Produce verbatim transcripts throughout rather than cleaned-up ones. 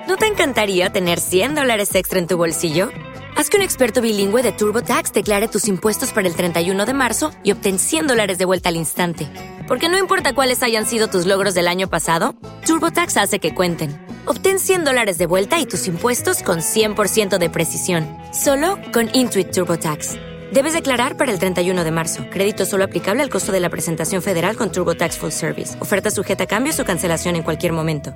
¿No te encantaría tener cien dólares extra en tu bolsillo? Haz que un experto bilingüe de TurboTax declare tus impuestos para el treinta y uno de marzo y obtén cien dólares de vuelta al instante. Porque no importa cuáles hayan sido tus logros del año pasado, TurboTax hace que cuenten. Obtén cien dólares de vuelta y tus impuestos con cien por ciento de precisión. Solo con Intuit TurboTax. Debes declarar para el treinta y uno de marzo. Crédito solo aplicable al costo de la presentación federal con TurboTax Full Service. Oferta sujeta a cambios o cancelación en cualquier momento.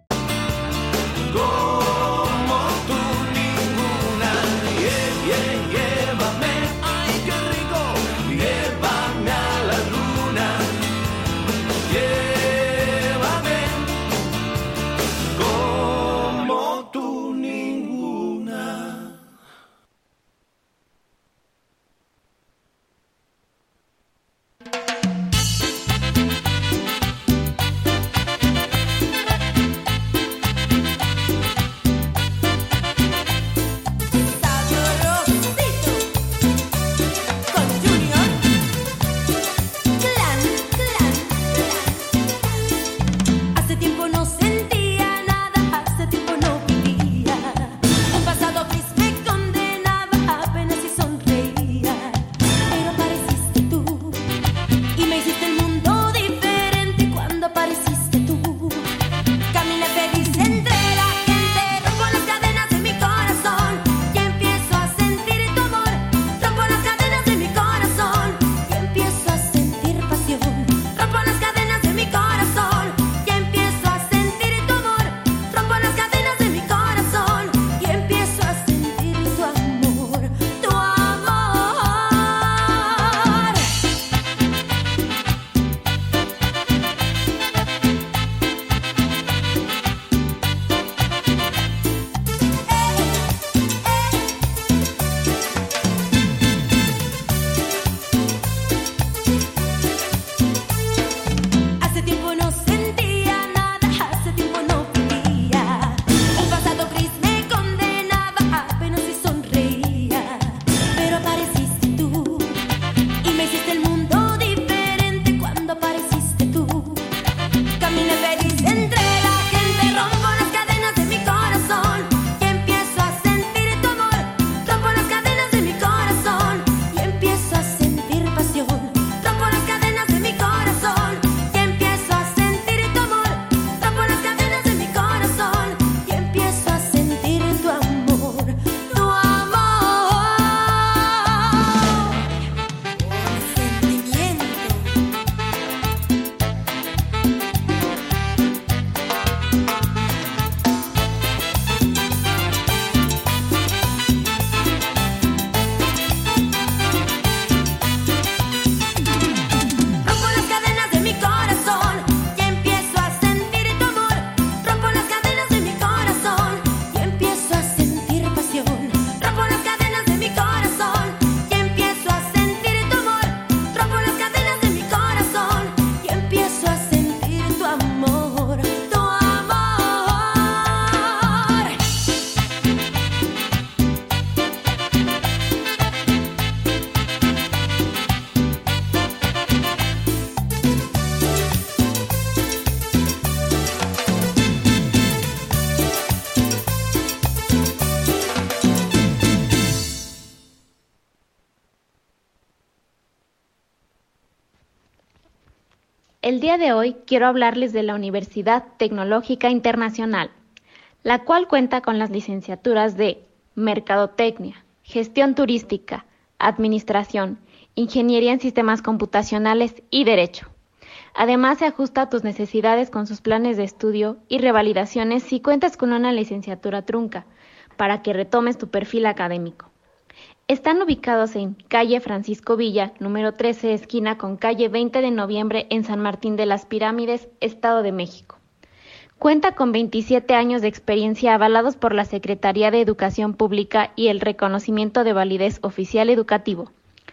El día de hoy quiero hablarles de la Universidad Tecnológica Internacional, la cual cuenta con las licenciaturas de Mercadotecnia, Gestión Turística, Administración, Ingeniería en Sistemas Computacionales y Derecho. Además, se ajusta a tus necesidades con sus planes de estudio y revalidaciones si cuentas con una licenciatura trunca, para que retomes tu perfil académico. Están ubicados en calle Francisco Villa, número trece, esquina con calle veinte de noviembre en San Martín de las Pirámides, Estado de México. Cuenta con veintisiete años de experiencia avalados por la Secretaría de Educación Pública y el reconocimiento de validez oficial educativo.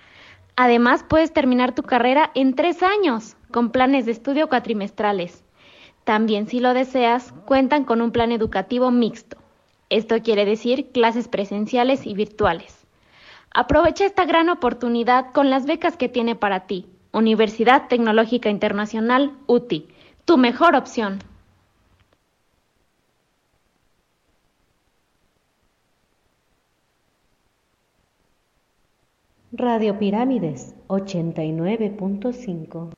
Además, puedes terminar tu carrera en tres años, con planes de estudio cuatrimestrales. También, si lo deseas, cuentan con un plan educativo mixto. Esto quiere decir clases presenciales y virtuales. Aprovecha esta gran oportunidad con las becas que tiene para ti. Universidad Tecnológica Internacional, U T I, tu mejor opción. Radio Pirámides ochenta y nueve punto cinco.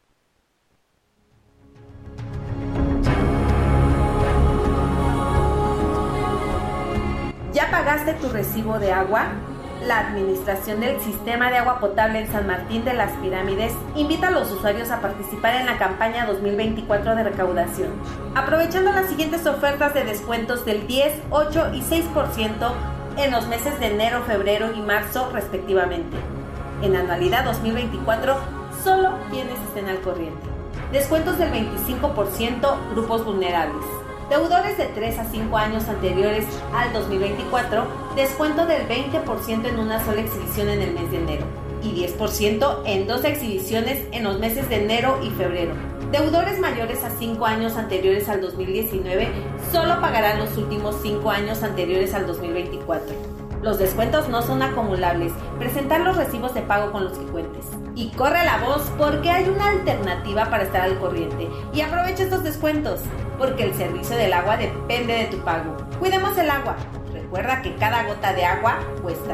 ¿Ya pagaste tu recibo de agua? La Administración del Sistema de Agua Potable en San Martín de las Pirámides invita a los usuarios a participar en la campaña dos mil veinticuatro de recaudación, aprovechando las siguientes ofertas de descuentos del diez, ocho y seis por ciento en los meses de enero, febrero y marzo respectivamente. En anualidad dos mil veinticuatro, solo quienes estén al corriente. Descuentos del veinticinco por ciento, grupos vulnerables. Deudores de tres a cinco años anteriores al dos mil veinticuatro, descuento del veinte por ciento en una sola exhibición en el mes de enero y diez por ciento en dos exhibiciones en los meses de enero y febrero. Deudores mayores a cinco años anteriores al dos mil diecinueve solo pagarán los últimos cinco años anteriores al dos mil veinticuatro. Los descuentos no son acumulables. Presentar los recibos de pago con los que cuentes. Y corre la voz porque hay una alternativa para estar al corriente. Y aprovecha estos descuentos, porque el servicio del agua depende de tu pago. Cuidemos el agua. Recuerda que cada gota de agua cuesta.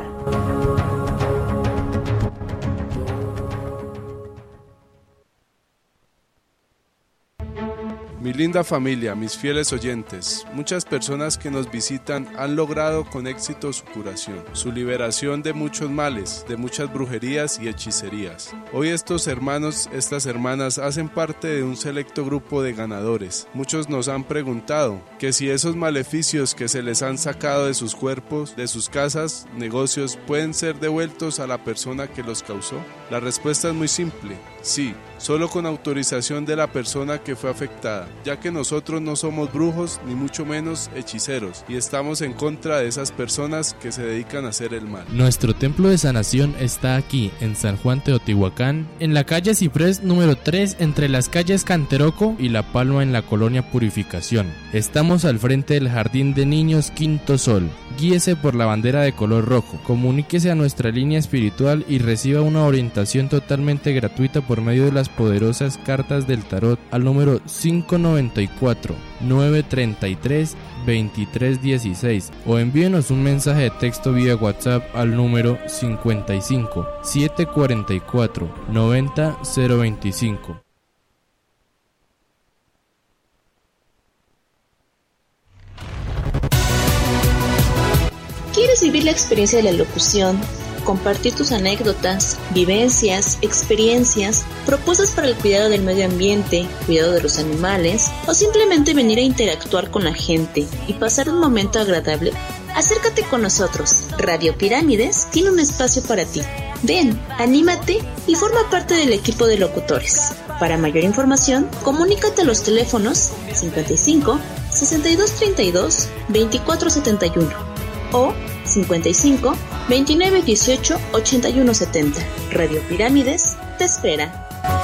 Mi linda familia, mis fieles oyentes, muchas personas que nos visitan han logrado con éxito su curación, su liberación de muchos males, de muchas brujerías y hechicerías. Hoy estos hermanos, estas hermanas hacen parte de un selecto grupo de ganadores. Muchos nos han preguntado que si esos maleficios que se les han sacado de sus cuerpos, de sus casas, negocios, pueden ser devueltos a la persona que los causó. La respuesta es muy simple, sí, solo con autorización de la persona que fue afectada, ya que nosotros no somos brujos ni mucho menos hechiceros y estamos en contra de esas personas que se dedican a hacer el mal. Nuestro templo de sanación está aquí, en San Juan Teotihuacán, en la calle Ciprés número tres, entre las calles Canteroco y La Palma en la colonia Purificación. Estamos al frente del Jardín de Niños Quinto Sol. Guíese por la bandera de color rojo, comuníquese a nuestra línea espiritual y reciba una orientación totalmente gratuita por medio de las poderosas cartas del tarot al número cinco noventa y cuatro, novecientos treinta y tres, veintitrés dieciséis o envíenos un mensaje de texto vía WhatsApp al número cincuenta y cinco, setecientos cuarenta y cuatro, noventa, cero veinticinco. ¿Quieres vivir la experiencia de la locución? Compartir tus anécdotas, vivencias, experiencias, propuestas para el cuidado del medio ambiente, cuidado de los animales o simplemente venir a interactuar con la gente y pasar un momento agradable? Acércate con nosotros. Radio Pirámides tiene un espacio para ti. Ven, anímate y forma parte del equipo de locutores. Para mayor información, comunícate a los teléfonos cincuenta y cinco, sesenta y dos treinta y dos, veinticuatro setenta y uno o cincuenta y cinco, veintinueve dieciocho, ochenta y uno setenta. Radio Pirámides te espera.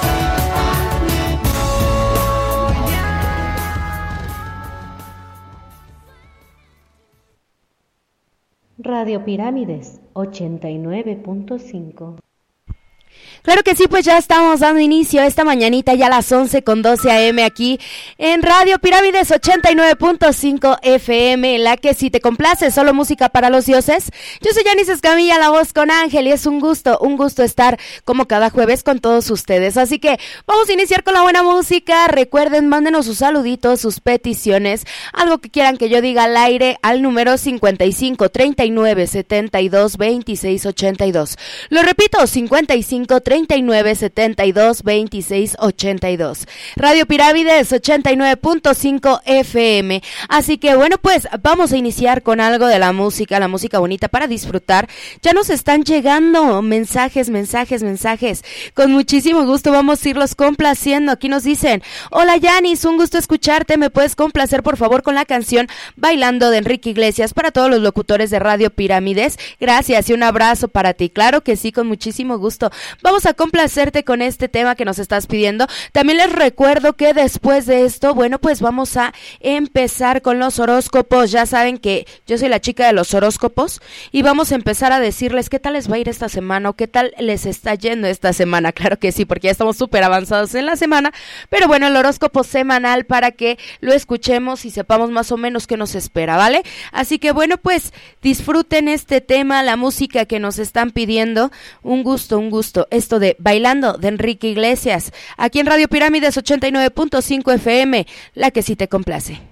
Radio Pirámides ochenta y nueve punto cinco. Claro que sí, pues ya estamos dando inicio esta mañanita ya a las once con doce a eme aquí en Radio Pirámides ochenta y nueve punto cinco efe eme, en la que si te complace solo música para los dioses. Yo soy Yanis Escamilla, la voz con Ángel, y es un gusto, un gusto estar como cada jueves con todos ustedes. Así que vamos a iniciar con la buena música. Recuerden, mándenos sus saluditos, sus peticiones, algo que quieran que yo diga al aire al número cincuenta y cinco, treinta y nueve, setenta y dos, veintiséis, ochenta y dos. Lo repito, cincuenta y cinco, treinta y nueve, setenta y dos, veintiséis, ochenta y dos. Radio Pirámides ochenta y nueve punto cinco efe eme. Así que bueno, pues vamos a iniciar con algo de la música, la música bonita para disfrutar. Ya nos están llegando mensajes, mensajes, mensajes. Con muchísimo gusto vamos a irlos complaciendo. Aquí nos dicen: hola Yanis, un gusto escucharte. ¿Me puedes complacer por favor con la canción Bailando de Enrique Iglesias para todos los locutores de Radio Pirámides? Gracias y un abrazo para ti. Claro que sí, con muchísimo gusto. Vamos vamos a complacerte con este tema que nos estás pidiendo. También les recuerdo que después de esto, bueno, pues vamos a empezar con los horóscopos. Ya saben que yo soy la chica de los horóscopos y vamos a empezar a decirles qué tal les va a ir esta semana o qué tal les está yendo esta semana. Claro que sí, porque ya estamos súper avanzados en la semana, pero bueno, el horóscopo semanal para que lo escuchemos y sepamos más o menos qué nos espera, ¿vale? Así que bueno, pues disfruten este tema, la música que nos están pidiendo. Un gusto, un gusto. Esto de Bailando de Enrique Iglesias, aquí en Radio Pirámides ochenta y nueve punto cinco F M, la que sí te complace.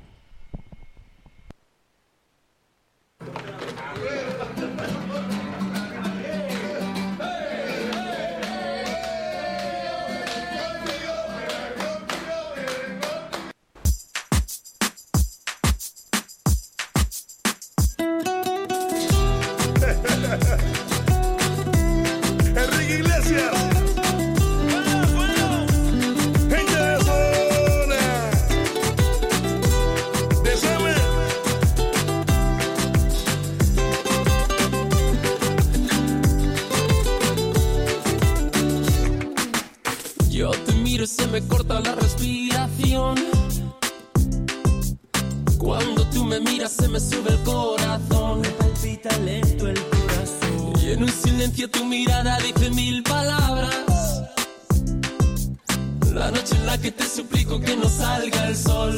Enrique Iglesias. Gente de zona. Desame. Yo te miro y se me corta la respiración. Cuando tú me miras se me sube el corazón. Me palpita lento el corazón. Y en un silencio tu mirada dice mil palabras. La noche en la que te suplico que no salga el sol.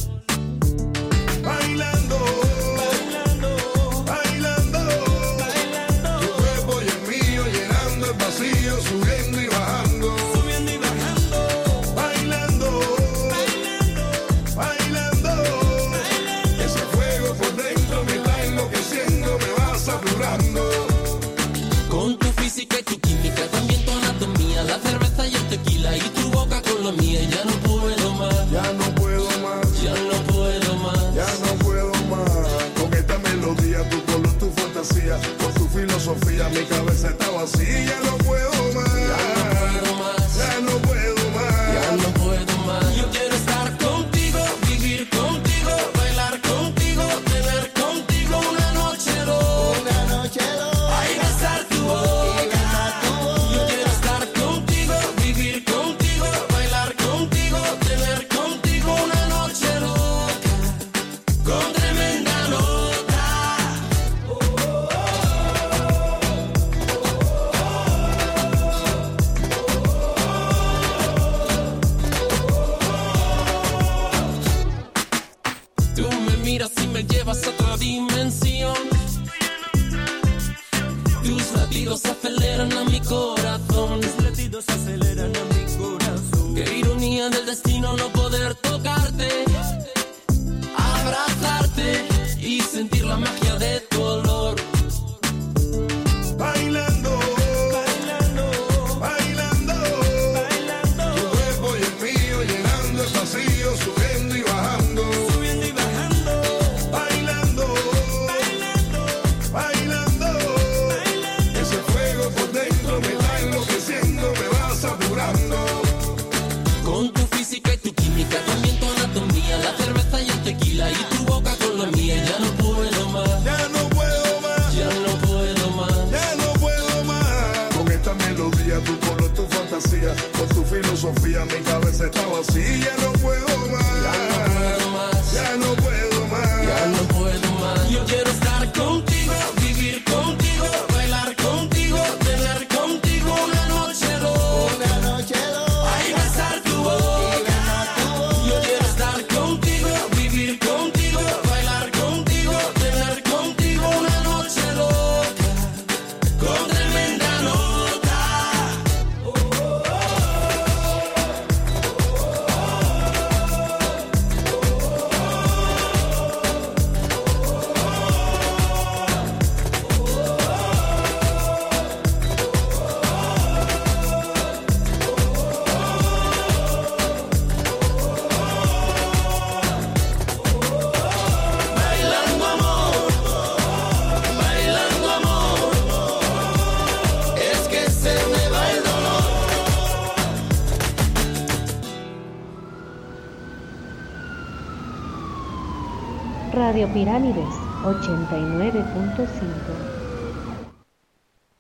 Bailando, bailando, bailando, bailando. Tu cuerpo y el mío llenando el vacío, subiendo y bajando, subiendo y bajando. Bailando, bailando, bailando, bailando. Ese fuego por dentro me está enloqueciendo, me va saturando. Con tu física y tu química, también tu anatomía, la cerveza y el tequila y tu boca con la mía. Ya no puedo más, ya no puedo más, ya no puedo más, ya no puedo más. Con esta melodía, tu color, tu fantasía, con tu filosofía, mi cabeza está vacía. Ya no puedo más, ya no puedo más, ya no puedo más, ya no puedo más. Yo quiero estar contigo, vivir contigo, bailar contigo, tener contigo una noche loca, una noche loca. Ay, besar tu boca. Yo quiero estar contigo, vivir contigo, bailar contigo, tener contigo una noche loca, con tremenda nota. Tú me miras y me llevas a otra dimensión. Tus latidos aceleran a mi corazón. Tus latidos aceleran a mi corazón. Qué ironía del destino no poder tocarte, abrazarte y sentir la magia de tu olor. bailando, bailando, bailando, bailando. Tu cuerpo y el mío llenando el vacío, subiendo y bajando, subiendo y bajando. Bailando, bailando, bailando, bailando. Ese fuego por dentro me está enloqueciendo, me va saturando. Con tu física y tu química, también tu anatomía, la cerveza y el tequila y tu boca con la mía. Ya no puedo más, Ya no puedo más, ya no puedo más. ya no puedo más. Con esta melodía, tu color, tu fantasía, con tu filosofía, mi cabeza está vacía. Ya no puedo más, Ya no puedo más, ya no puedo más. ya no puedo más. Yo quiero estar contigo, vivir contigo, bailar contigo, tener contigo una noche loca, una noche loca. Ay, besar tu boca. Yo quiero estar contigo, vivir contigo, bailar contigo, tener contigo una noche loca, con tremenda nota. Bailando amor, bailando amor, es que se me va el dolor. Radio Pirámides ochenta y nueve punto cinco.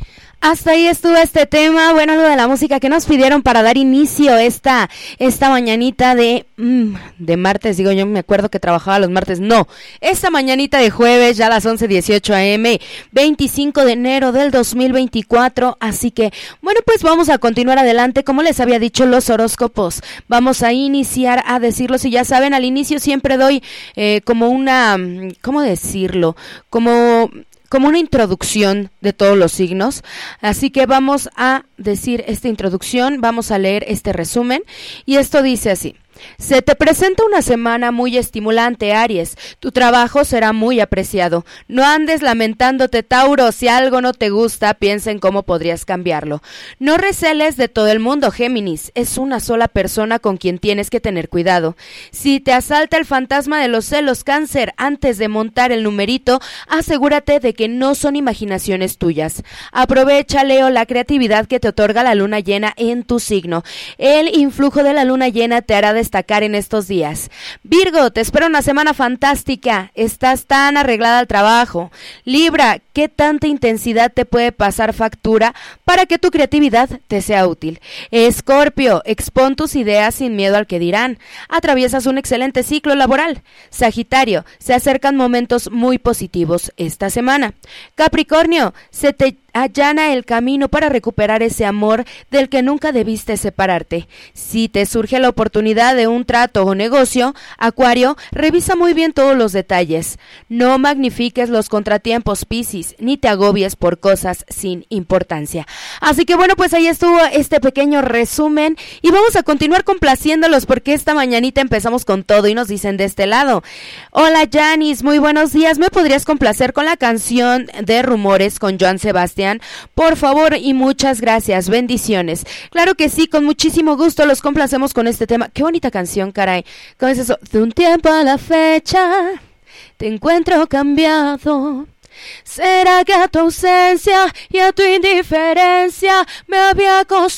Hasta ahí estuvo este tema, bueno, algo de la música que nos pidieron para dar inicio esta, esta mañanita de, mmm, de martes, digo yo me acuerdo que trabajaba los martes, no, esta mañanita de jueves, ya a las once dieciocho a eme, veinticinco de enero del dos mil veinticuatro, así que, bueno, pues vamos a continuar adelante, como les había dicho los horóscopos, vamos a iniciar a decirlos y ya saben, al inicio siempre doy eh, como una, ¿cómo decirlo? Como... como una introducción de todos los signos, así que vamos a decir esta introducción, vamos a leer este resumen, y esto dice así: se te presenta una semana muy estimulante, Aries. Tu trabajo será muy apreciado. No andes lamentándote, Tauro. Si algo no te gusta, piensa en cómo podrías cambiarlo. No receles de todo el mundo, Géminis. Es una sola persona con quien tienes que tener cuidado. Si te asalta el fantasma de los celos, Cáncer, antes de montar el numerito, asegúrate de que no son imaginaciones tuyas. Aprovecha, Leo, la creatividad que te otorga la luna llena en tu signo. El influjo de la luna llena te hará destacar en estos días. Virgo, te espera una semana fantástica. Estás tan arreglada al trabajo. Libra, ¿qué tanta intensidad te puede pasar factura para que tu creatividad te sea útil? Escorpio, expon tus ideas sin miedo al que dirán. Atraviesas un excelente ciclo laboral. Sagitario, se acercan momentos muy positivos esta semana. Capricornio, se te allana el camino para recuperar ese amor del que nunca debiste separarte. Si te surge la oportunidad de un trato o negocio, Acuario, revisa muy bien todos los detalles. No magnifiques los contratiempos, Piscis, ni te agobies por cosas sin importancia. Así que bueno, pues ahí estuvo este pequeño resumen y vamos a continuar complaciéndolos porque esta mañanita empezamos con todo y nos dicen de este lado: hola Janis, muy buenos días, ¿me podrías complacer con la canción de Rumores con Joan Sebastián? Por favor y muchas gracias, bendiciones. Claro que sí, con muchísimo gusto los complacemos con este tema. Qué bonita canción, caray. ¿Cómo es eso? De un tiempo a la fecha te encuentro cambiado. ¿Será que a tu ausencia y a tu indiferencia me había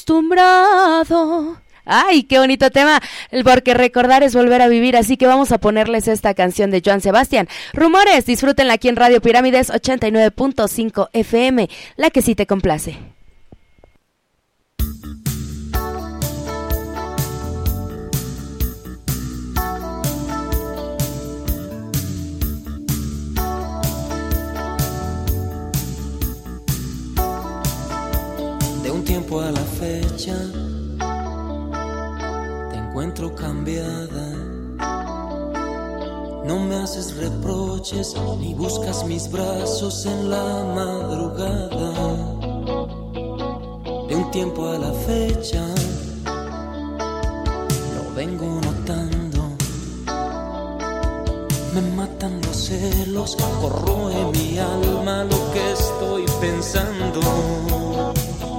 acostumbrado? Ay, qué bonito tema, porque recordar es volver a vivir, así que vamos a ponerles esta canción de Joan Sebastián. Rumores, disfrútenla aquí en Radio Pirámides ochenta y nueve punto cinco efe eme, la que sí te complace. De un tiempo a la fecha encuentro cambiada. No me haces reproches ni buscas mis brazos en la madrugada. De un tiempo a la fecha lo vengo notando. Me matan los celos, corroe mi alma lo que estoy pensando.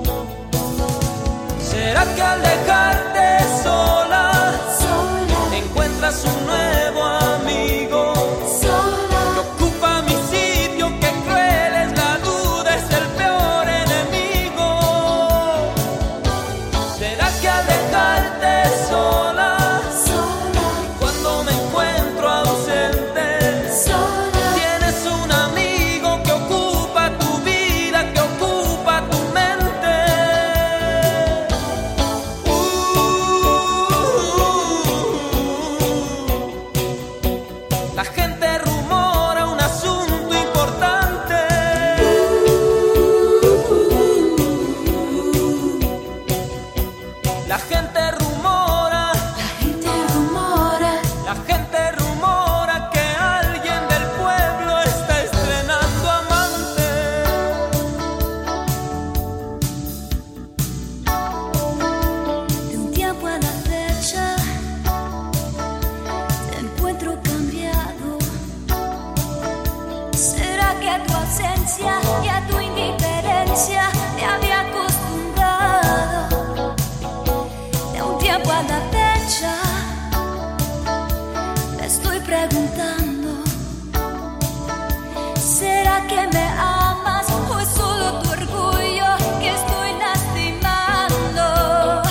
¿Será que al dejarte sola, sola encuentras un nuevo amigo? Sola que ocupa mi sitio, que cruel es la duda, es el peor enemigo. ¿Será que al dejarte sola, sola y cuando me encuentro ausente, sola tienes un amigo que ocupa tu vida, que ocupa tu mente? Y a tu indiferencia me había acostumbrado. De un tiempo a la fecha me estoy preguntando: ¿será que me amas o es solo tu orgullo que estoy lastimando?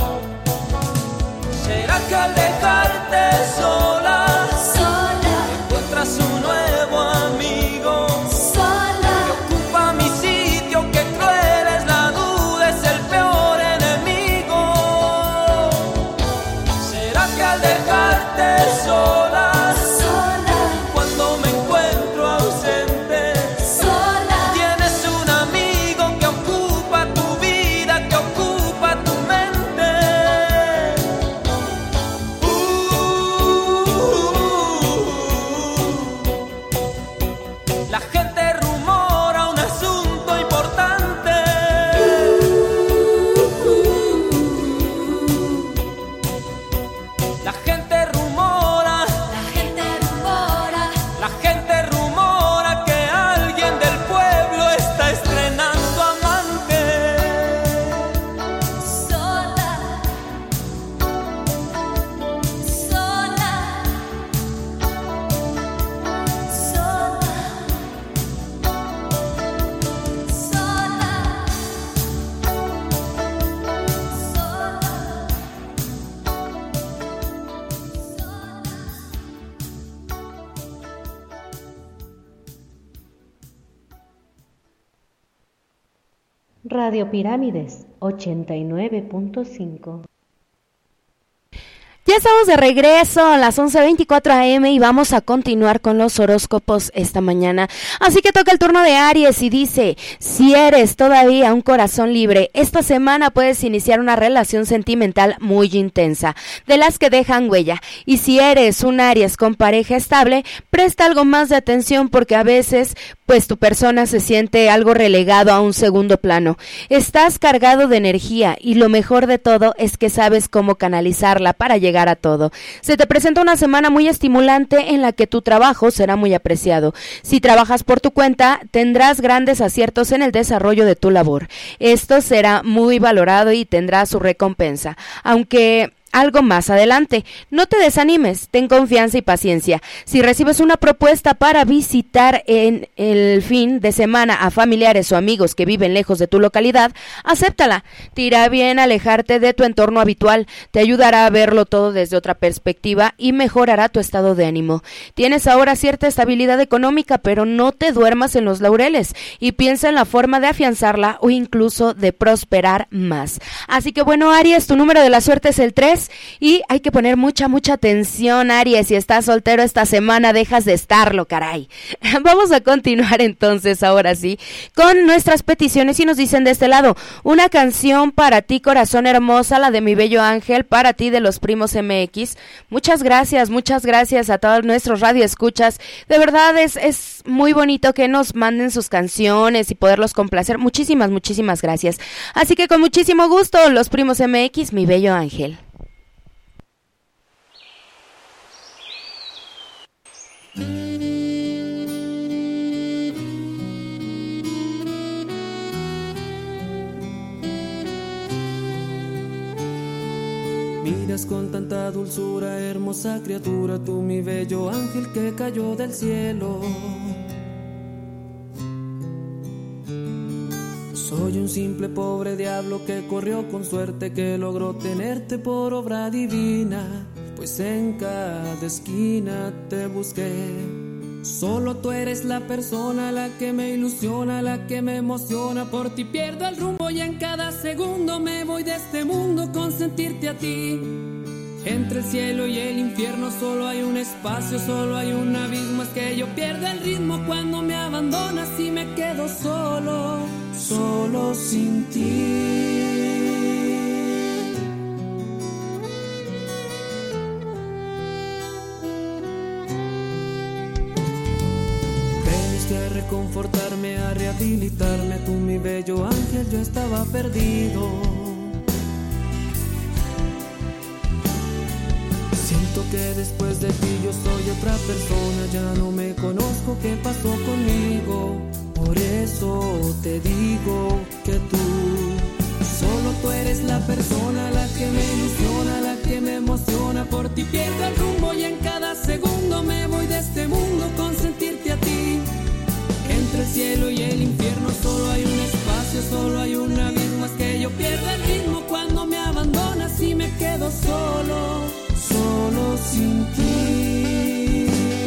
¿Será que al dejarte sola, sola encuentras un nuevo amigo? Que ocupa mi sitio, que cruel es Radio Pirámides ochenta y nueve punto cinco. Ya estamos de regreso a las once veinticuatro a eme y vamos a continuar con los horóscopos esta mañana. Así que toca el turno de Aries y dice: si eres todavía un corazón libre, esta semana puedes iniciar una relación sentimental muy intensa, de las que dejan huella. Y si eres un Aries con pareja estable, presta algo más de atención porque a veces pues tu persona se siente algo relegado a un segundo plano. Estás cargado de energía y lo mejor de todo es que sabes cómo canalizarla para llegar a todo. Se te presenta una semana muy estimulante en la que tu trabajo será muy apreciado. Si trabajas por tu cuenta, tendrás grandes aciertos en el desarrollo de tu labor. Esto será muy valorado y tendrá su recompensa, aunque algo más adelante. No te desanimes, ten confianza y paciencia. Si recibes una propuesta para visitar en el fin de semana a familiares o amigos que viven lejos de tu localidad, acéptala. Te irá bien alejarte de tu entorno habitual, te ayudará a verlo todo desde otra perspectiva y mejorará tu estado de ánimo. Tienes ahora cierta estabilidad económica, pero no te duermas en los laureles y piensa en la forma de afianzarla o incluso de prosperar más. Así que bueno, Aries, tu número de la suerte es el tres. Y hay que poner mucha, mucha atención, Aries. Si estás soltero esta semana, dejas de estarlo, caray. Vamos a continuar entonces, ahora sí, con nuestras peticiones y nos dicen de este lado: una canción para ti, corazón hermosa, la de Mi Bello Ángel, para ti de los Primos eme equis. Muchas gracias, muchas gracias a todos nuestros radioescuchas. De verdad es, es muy bonito que nos manden sus canciones y poderlos complacer. Muchísimas, muchísimas gracias. Así que con muchísimo gusto, los Primos eme equis, Mi Bello Ángel. Miras con tanta dulzura, hermosa criatura, tú mi bello ángel que cayó del cielo. Soy un simple pobre diablo que corrió con suerte, que logró tenerte por obra divina, pues en cada esquina te busqué. Solo tú eres la persona, la que me ilusiona, la que me emociona. Por ti pierdo el rumbo y en cada segundo me voy de este mundo con sentirte a ti. Entre el cielo y el infierno solo hay un espacio, solo hay un abismo. Es que yo pierdo el ritmo cuando me abandonas y me quedo solo, solo sin ti. A reconfortarme, a rehabilitarme, tú mi bello ángel, yo estaba perdido. Siento que después de ti yo soy otra persona, ya no me conozco, ¿qué pasó conmigo? Por eso te digo que tú, solo tú eres la persona, la que me ilusiona, la que me emociona. Por ti pierdo el rumbo y en cada segundo me voy de este mundo con sentirte a ti. Entre el cielo y el infierno solo hay un espacio, solo hay un abismo. Es que yo pierdo el ritmo cuando me abandonas y me quedo solo, solo sin ti.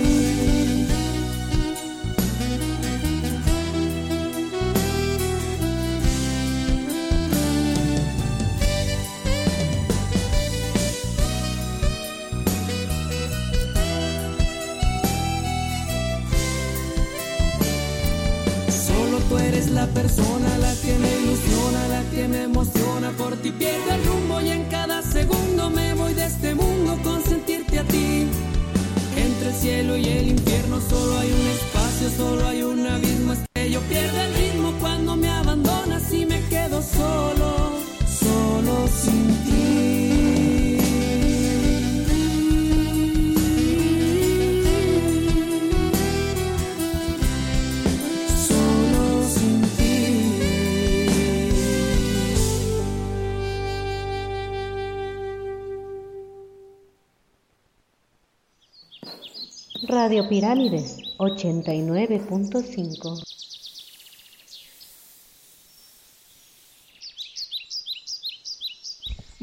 Tú eres la persona, la que me ilusiona, la que me emociona. Por ti pierdo el rumbo y en cada segundo me voy de este mundo con sentirte a ti. Entre el cielo y el infierno solo hay un espacio, solo hay un abismo. Es que yo pierdo el ritmo cuando me abandonas y me quedo solo, solo sin ti. Radio Pirámides ochenta y nueve punto cinco.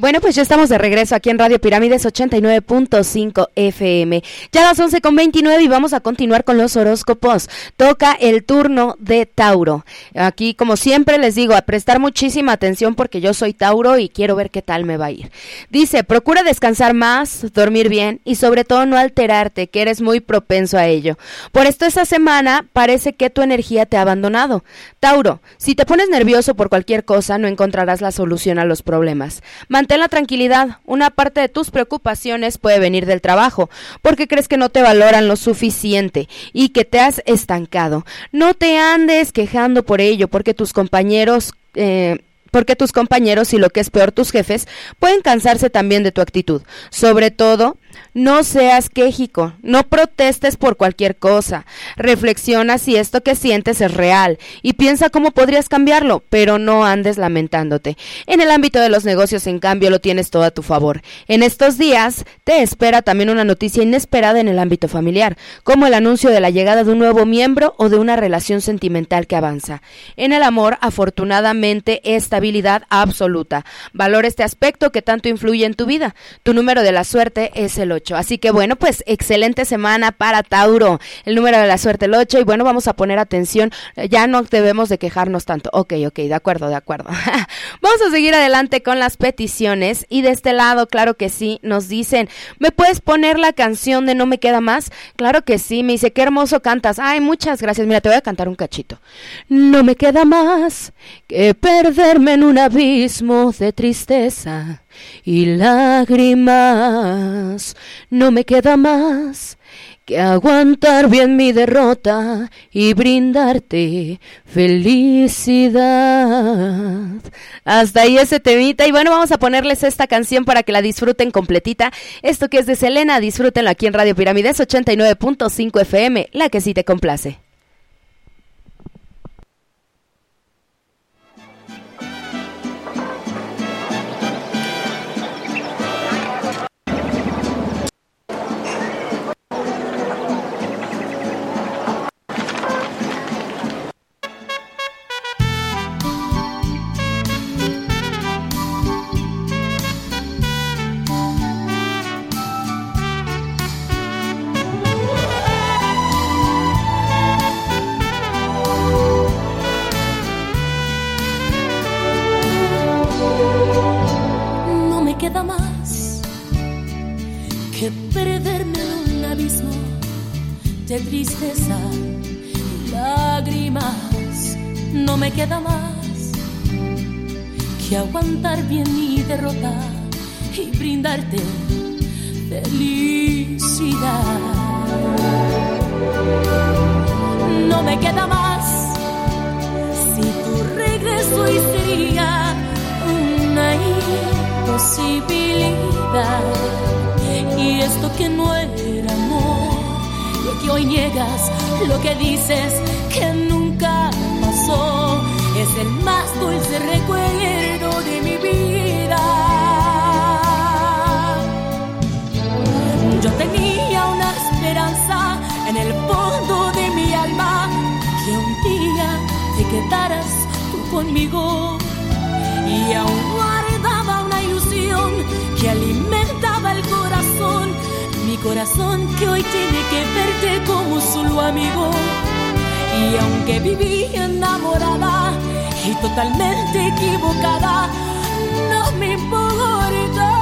Bueno, pues ya estamos de regreso aquí en Radio Pirámides ochenta y nueve punto cinco F M. Ya a las once con veintinueve y vamos a continuar con los horóscopos. Toca el turno de Tauro. Aquí, como siempre, les digo, a prestar muchísima atención porque yo soy Tauro y quiero ver qué tal me va a ir. Dice, procura descansar más, dormir bien y sobre todo no alterarte, que eres muy propenso a ello. Por esto esta semana parece que tu energía te ha abandonado. Tauro, si te pones nervioso por cualquier cosa, no encontrarás la solución a los problemas. Mantén la tranquilidad. Una parte de tus preocupaciones puede venir del trabajo, porque crees que no te valoran lo suficiente y que te has estancado. No te andes quejando por ello, porque tus compañeros... Eh, porque tus compañeros y lo que es peor tus jefes pueden cansarse también de tu actitud. Sobre todo, no seas quejico, no protestes por cualquier cosa. Reflexiona si esto que sientes es real y piensa cómo podrías cambiarlo, pero no andes lamentándote. En el ámbito de los negocios, en cambio, lo tienes todo a tu favor. En estos días te espera también una noticia inesperada en el ámbito familiar, como el anuncio de la llegada de un nuevo miembro o de una relación sentimental que avanza. En el amor, afortunadamente, esta habilidad absoluta. Valora este aspecto que tanto influye en tu vida. Tu número de la suerte es el ocho. Así que bueno, pues excelente semana para Tauro. El número de la suerte el ocho y bueno, vamos a poner atención. Ya no debemos de quejarnos tanto. Ok, ok, de acuerdo, de acuerdo. Vamos a seguir adelante con las peticiones y de este lado, claro que sí, nos dicen, ¿me puedes poner la canción de No me queda más? Claro que sí, me dice, qué hermoso cantas. Ay, muchas gracias. Mira, te voy a cantar un cachito. No me queda más que perderme en un abismo de tristeza y lágrimas. No me queda más que aguantar bien mi derrota y brindarte felicidad. Hasta ahí ese temita y bueno, vamos a ponerles esta canción para que la disfruten completita. Esto que es de Selena, disfrútenlo aquí en Radio Pirámides ochenta y nueve punto cinco F M, la que sí te complace. Queda más que perderme en un abismo de tristeza y lágrimas. No me queda más que aguantar bien mi derrota y brindarte felicidad. No me queda más si tu regreso hoy sería una posibilidad. Y esto que no era amor, lo que hoy niegas, lo que dices que nunca pasó, es el más dulce recuerdo de mi vida. Yo tenía una esperanza en el fondo de mi alma, que un día te quedaras tú conmigo, y aún guardaba una ilusión que alimentaba el corazón, mi corazón que hoy tiene que verte como solo amigo. Y aunque viví enamorada y totalmente equivocada, no me importa,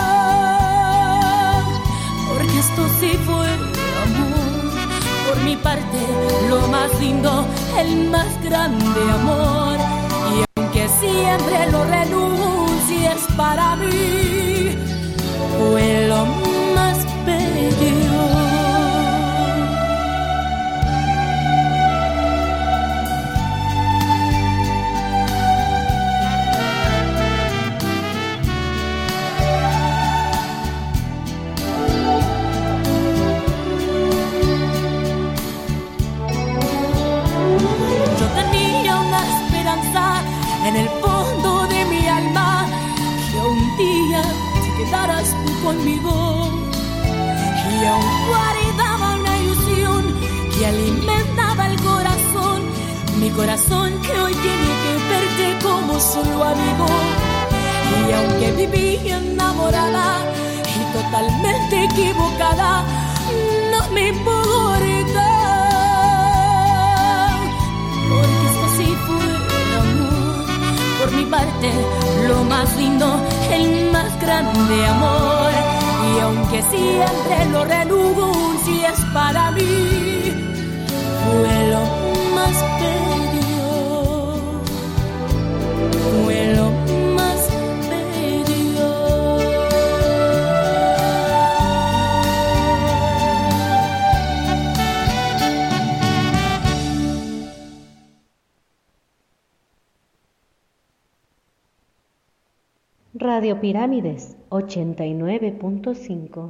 porque esto sí fue amor. Por mi parte, lo más lindo, el más grande amor. Y aunque siempre lo renuncies para mí, fue lo más bello. En el fondo de mi alma, que un día te quedaras tú conmigo, y aún guardaba una ilusión que alimentaba el corazón, mi corazón que hoy tiene que verte como solo amigo. Y Y aunque viví enamorada y totalmente equivocada, no me importa, porque esto sí fue amor. Por mi parte, lo más lindo, el más grande amor. Y aunque siempre lo renuncio, es para mí, fue lo más bello, fue lo más bello. Radio Pirámides ochenta y nueve punto cinco.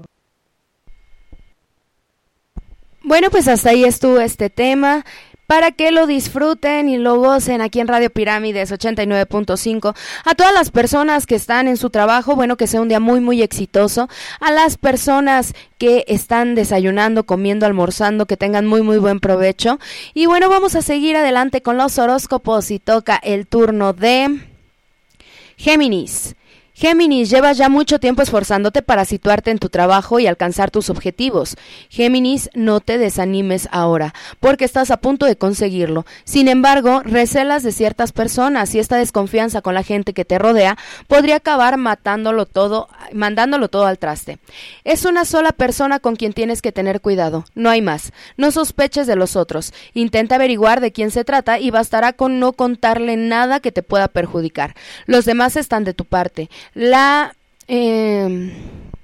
Bueno, pues hasta ahí estuvo este tema, para que lo disfruten y lo gocen aquí en Radio Pirámides ochenta y nueve punto cinco. A todas las personas que están en su trabajo, bueno, que sea un día muy, muy exitoso. A las personas que están desayunando, comiendo, almorzando, que tengan muy, muy buen provecho. Y bueno, vamos a seguir adelante con los horóscopos y toca el turno de Géminis. Géminis, llevas ya mucho tiempo esforzándote para situarte en tu trabajo y alcanzar tus objetivos. Géminis, no te desanimes ahora, porque estás a punto de conseguirlo. Sin embargo, recelas de ciertas personas y esta desconfianza con la gente que te rodea podría acabar matándolo todo, mandándolo todo al traste. Es una sola persona con quien tienes que tener cuidado, no hay más. No sospeches de los otros. Intenta averiguar de quién se trata y bastará con no contarle nada que te pueda perjudicar. Los demás están de tu parte. La eh,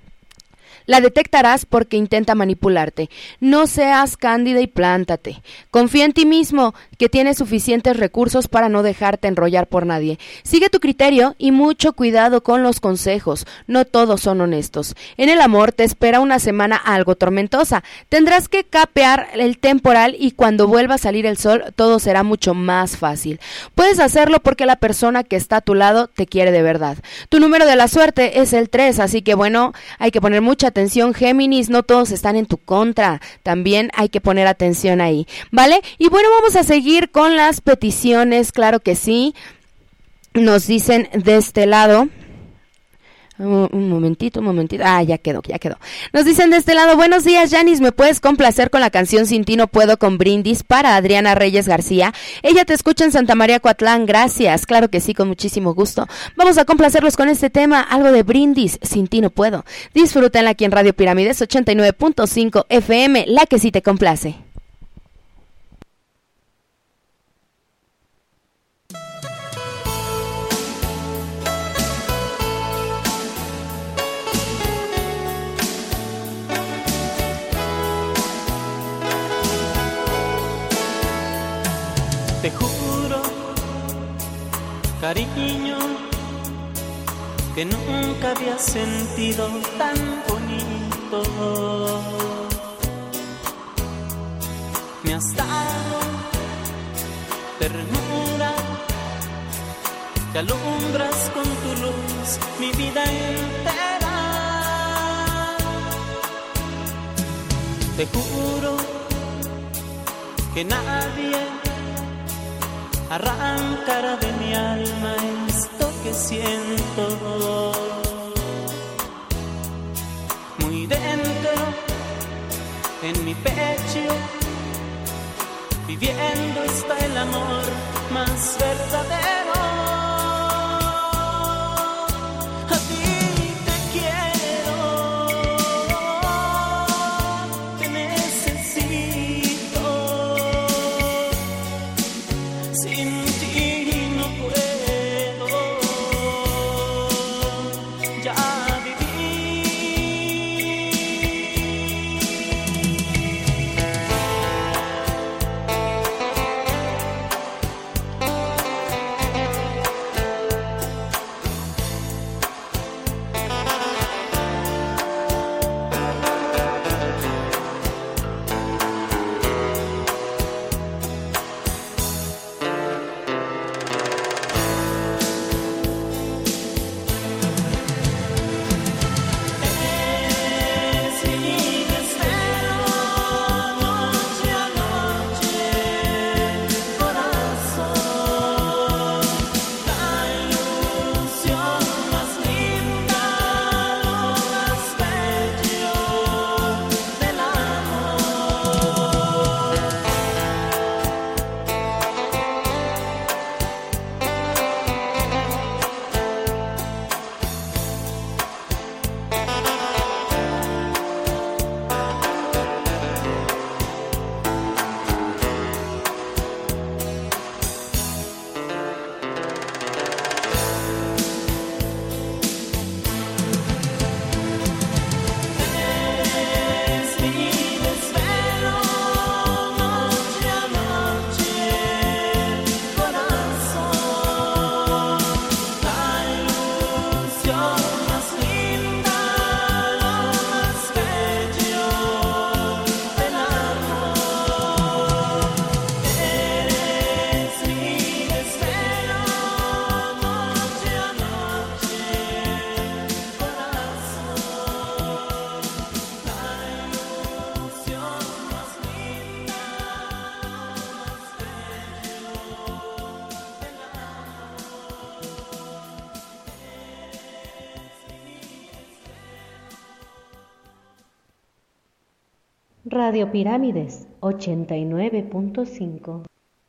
la detectarás porque intenta manipularte. No seas cándida y plántate. Confía en ti mismo, que tienes suficientes recursos para no dejarte enrollar por nadie. Sigue tu criterio y mucho cuidado con los consejos. No todos son honestos. En el amor te espera una semana algo tormentosa. Tendrás que capear el temporal y cuando vuelva a salir el sol todo será mucho más fácil. Puedes hacerlo porque la persona que está a tu lado te quiere de verdad. Tu número de la suerte es el tres, así que bueno, hay que poner mucha atención. Atención, Géminis, no todos están en tu contra, también hay que poner atención ahí, ¿vale? Y bueno, vamos a seguir con las peticiones, claro que sí, nos dicen de este lado. Un momentito, un momentito. Ah, ya quedó, ya quedó. Nos dicen de este lado, buenos días, Yanis, ¿me puedes complacer con la canción Sin ti no puedo con Brindis para Adriana Reyes García? Ella te escucha en Santa María Coatlán, gracias. Claro que sí, con muchísimo gusto. Vamos a complacerlos con este tema, algo de Brindis, Sin ti no puedo. Disfrútenla aquí en Radio Pirámides ochenta y nueve punto cinco F M, la que sí te complace. Te juro, cariño, que nunca había sentido tan bonito. Me has dado ternura, que alumbras con tu luz mi vida entera. Te juro que nadie arrancará de mi alma esto que siento. Muy dentro, en mi pecho, viviendo está el amor más verdadero. A ti te quiero, te necesito. Sin ti no puedo ya Radio Pirámides ochenta y nueve punto cinco.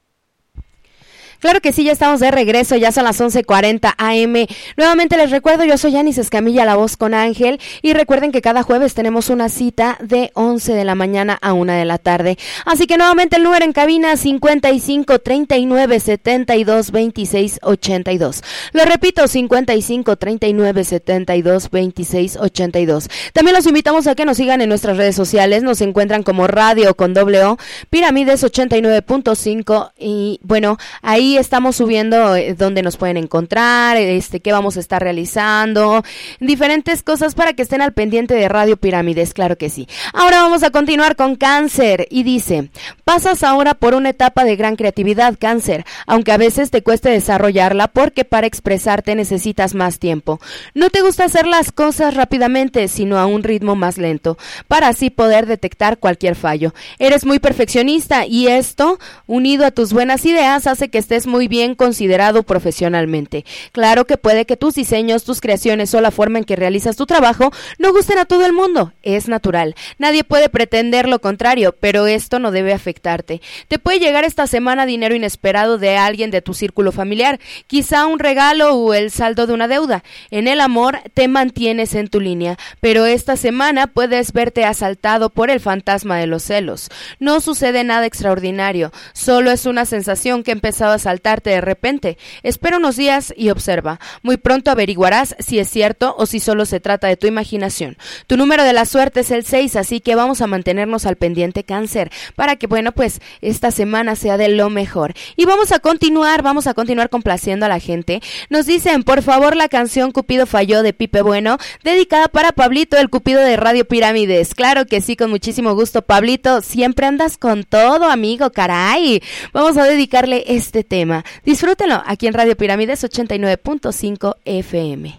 Claro que sí, ya estamos de regreso, ya son las once cuarenta a eme. Nuevamente les recuerdo, yo soy Yanis Escamilla, la voz con Ángel, y recuerden que cada jueves tenemos una cita de once de la mañana a una de la tarde. Así que nuevamente el número en cabina cincuenta y cinco, treinta y nueve, setenta y dos, veintiséis, ochenta y dos. Lo repito, cincuenta y cinco, treinta y nueve, setenta y dos, veintiséis, ochenta y dos. También los invitamos a que nos sigan en nuestras redes sociales, nos encuentran como Radio con doble O, Pirámides ochenta y nueve punto cinco, y bueno, ahí estamos subiendo eh, donde nos pueden encontrar, este, qué vamos a estar realizando, diferentes cosas para que estén al pendiente de Radio Pirámides, claro que sí. Ahora vamos a continuar con Cáncer y dice, pasas ahora por una etapa de gran creatividad, Cáncer, aunque a veces te cueste desarrollarla porque para expresarte necesitas más tiempo. No te gusta hacer las cosas rápidamente, sino a un ritmo más lento, para así poder detectar cualquier fallo. Eres muy perfeccionista y esto, unido a tus buenas ideas, hace que estés muy bien considerado profesionalmente. Claro que puede que tus diseños, tus creaciones o la forma en que realizas tu trabajo no gusten a todo el mundo, es natural. Nadie puede pretender lo contrario, pero esto no debe afectarte. Te puede llegar esta semana dinero inesperado de alguien de tu círculo familiar, quizá un regalo o el saldo de una deuda. En el amor te mantienes en tu línea, pero esta semana puedes verte asaltado por el fantasma de los celos. No sucede nada extraordinario, solo es una sensación que ha empezado a saltarte de repente. Espera unos días y observa. Muy pronto averiguarás si es cierto o si solo se trata de tu imaginación. Tu número de la suerte es el seis, así que vamos a mantenernos al pendiente, Cáncer, para que, bueno, pues esta semana sea de lo mejor. Y vamos a continuar, vamos a continuar complaciendo a la gente. Nos dicen, por favor, la canción Cupido Falló de Pipe Bueno, dedicada para Pablito, el Cupido de Radio Pirámides. Claro que sí, con muchísimo gusto, Pablito. Siempre andas con todo, amigo, caray. Vamos a dedicarle este tema. Disfrútenlo aquí en Radio Pirámides ochenta y nueve punto cinco F M.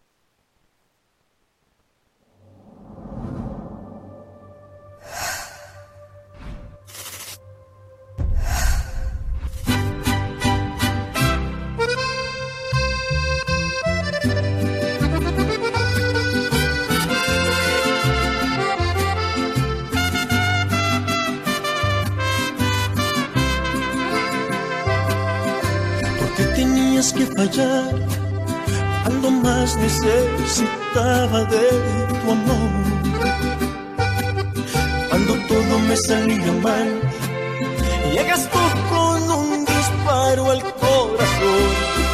Tenías que fallar cuando más necesitaba de tu amor, cuando todo me salía mal, llegas tú con un disparo al corazón.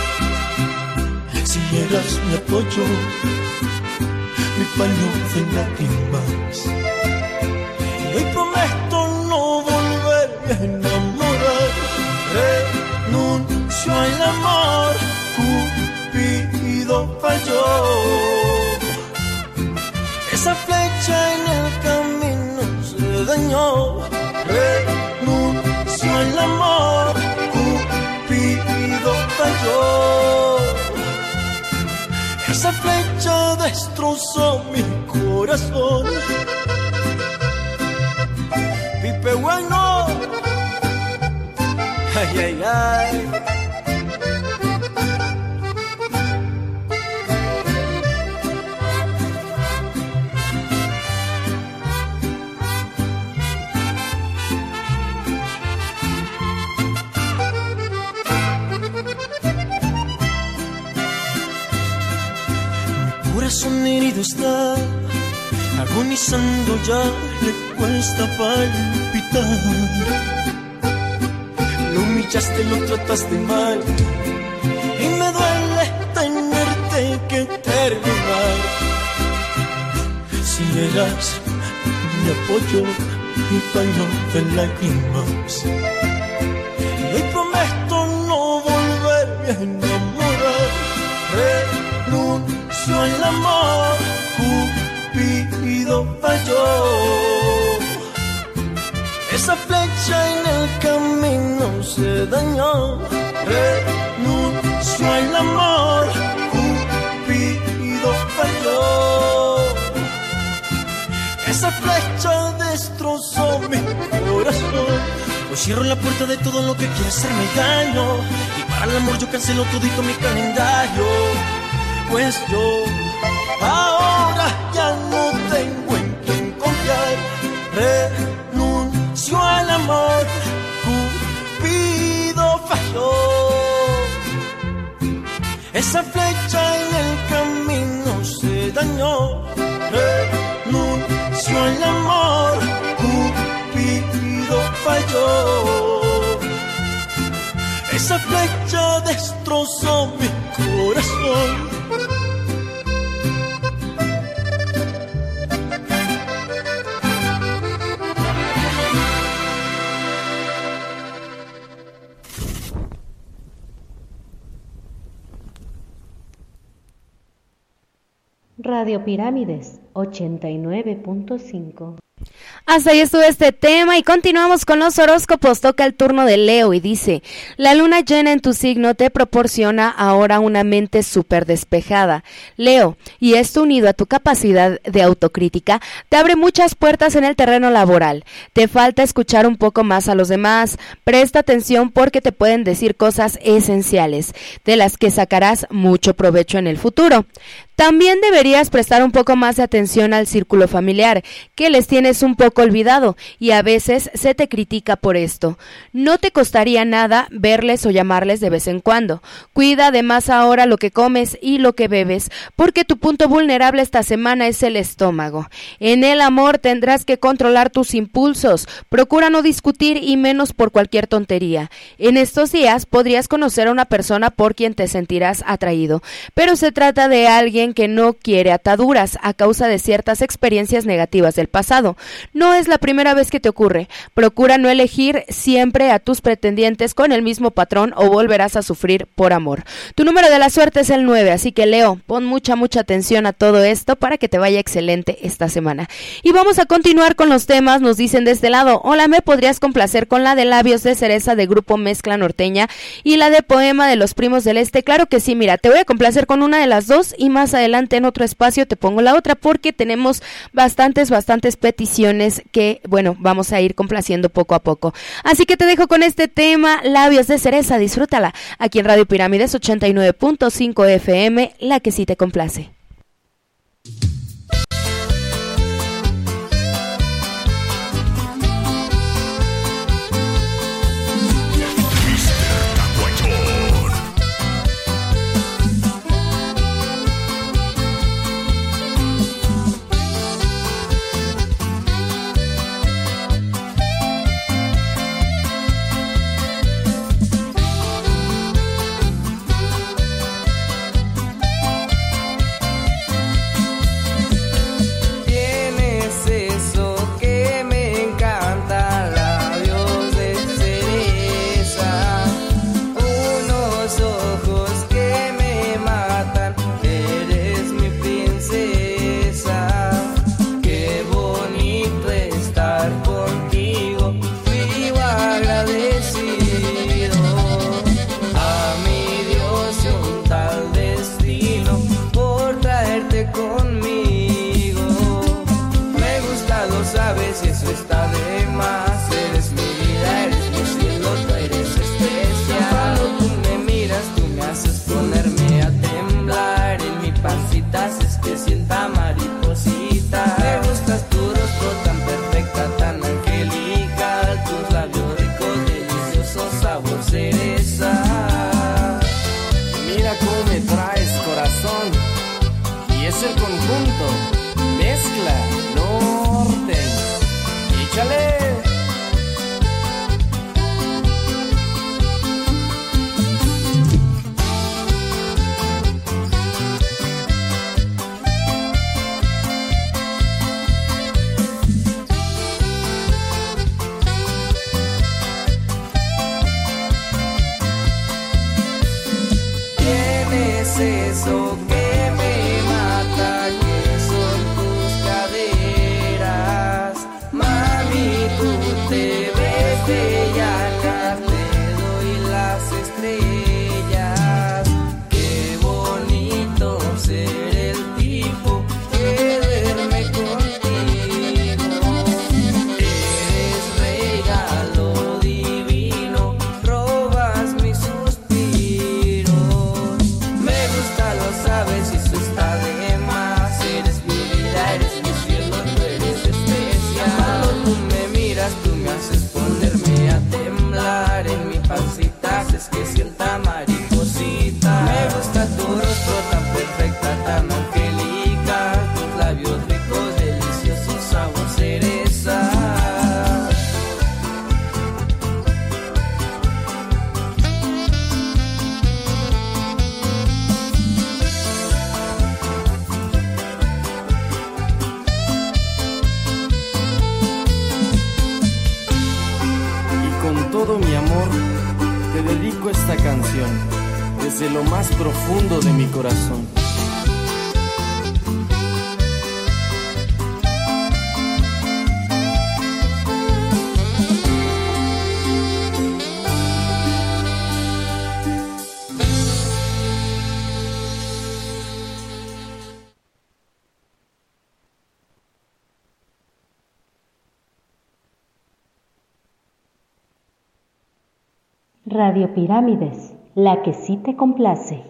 Si eras mi apoyo, mi paño de lágrimas, y hoy prometo no volverme a enamorar. Renuncio al amor, Cupido falló. Esa flecha en el camino se dañó. Renuncio al amor, Cupido falló. Esa flecha destrozó mi corazón. Pipe Bueno, ay, ay, ay. Mi corazón herido está, agonizando ya, le cuesta palpitar. Lo humillaste, lo trataste mal, y me duele tenerte que terminar. Si eras mi apoyo, mi paño de lágrimas, y hoy prometo no volverme a enamorar. Renuncio al amor, Cupido falló. Esa flecha en el camino se dañó. Renuncio al amor, Cupido falló. Esa flecha destrozó mi corazón. Hoy cierro la puerta de todo lo que quiere hacerme daño, y para el amor yo cancelo todito mi calendario. Pues yo ahora ya no tengo en quién confiar. amor, Cupido falló. Esa flecha en el camino se dañó, renunció al amor, Cupido falló. Esa flecha destrozó mi corazón. Radio Pirámides ochenta y nueve punto cinco. Hasta ahí estuvo este tema y continuamos con los horóscopos. Toca el turno de Leo y dice: la luna llena en tu signo te proporciona ahora una mente súper despejada, Leo, y esto unido a tu capacidad de autocrítica te abre muchas puertas en el terreno laboral. Te falta escuchar un poco más a los demás. Presta atención porque te pueden decir cosas esenciales de las que sacarás mucho provecho en el futuro. También deberías prestar un poco más de atención al círculo familiar, que les tienes un poco olvidado y a veces se te critica por esto. No te costaría nada verles o llamarles de vez en cuando. Cuida además ahora lo que comes y lo que bebes, porque tu punto vulnerable esta semana es el estómago. En el amor tendrás que controlar tus impulsos. Procura no discutir y menos por cualquier tontería. En estos días podrías conocer a una persona por quien te sentirás atraído, pero se trata de alguien que no quiere ataduras a causa de ciertas experiencias negativas del pasado. No es la primera vez que te ocurre. Procura no elegir siempre a tus pretendientes con el mismo patrón o volverás a sufrir por amor. Tu número de la suerte es el nueve, así que Leo, pon mucha mucha atención a todo esto para que te vaya excelente esta semana. Y vamos a continuar con los temas. Nos dicen de este lado: hola, ¿me podrías complacer con la de Labios de Cereza de Grupo Mezcla Norteña y la de Poema de los Primos del Este? Claro que sí, mira, te voy a complacer con una de las dos y más adelante en otro espacio te pongo la otra porque tenemos bastantes, bastantes peticiones que, bueno, vamos a ir complaciendo poco a poco. Así que te dejo con este tema, Labios de Cereza, disfrútala, aquí en Radio Pirámides ochenta y nueve punto cinco F M, la que sí te complace. Eso que me mata, que son tus caderas, mami, tú te ves bellaca, te doy las estrellas, qué bonito ser el tipo que duerme contigo, eres regalo divino, robas mis suspiros, me gusta, lo sabes. amor, te dedico esta canción desde lo más profundo de mi corazón. Radio Pirámides, la que sí te complace.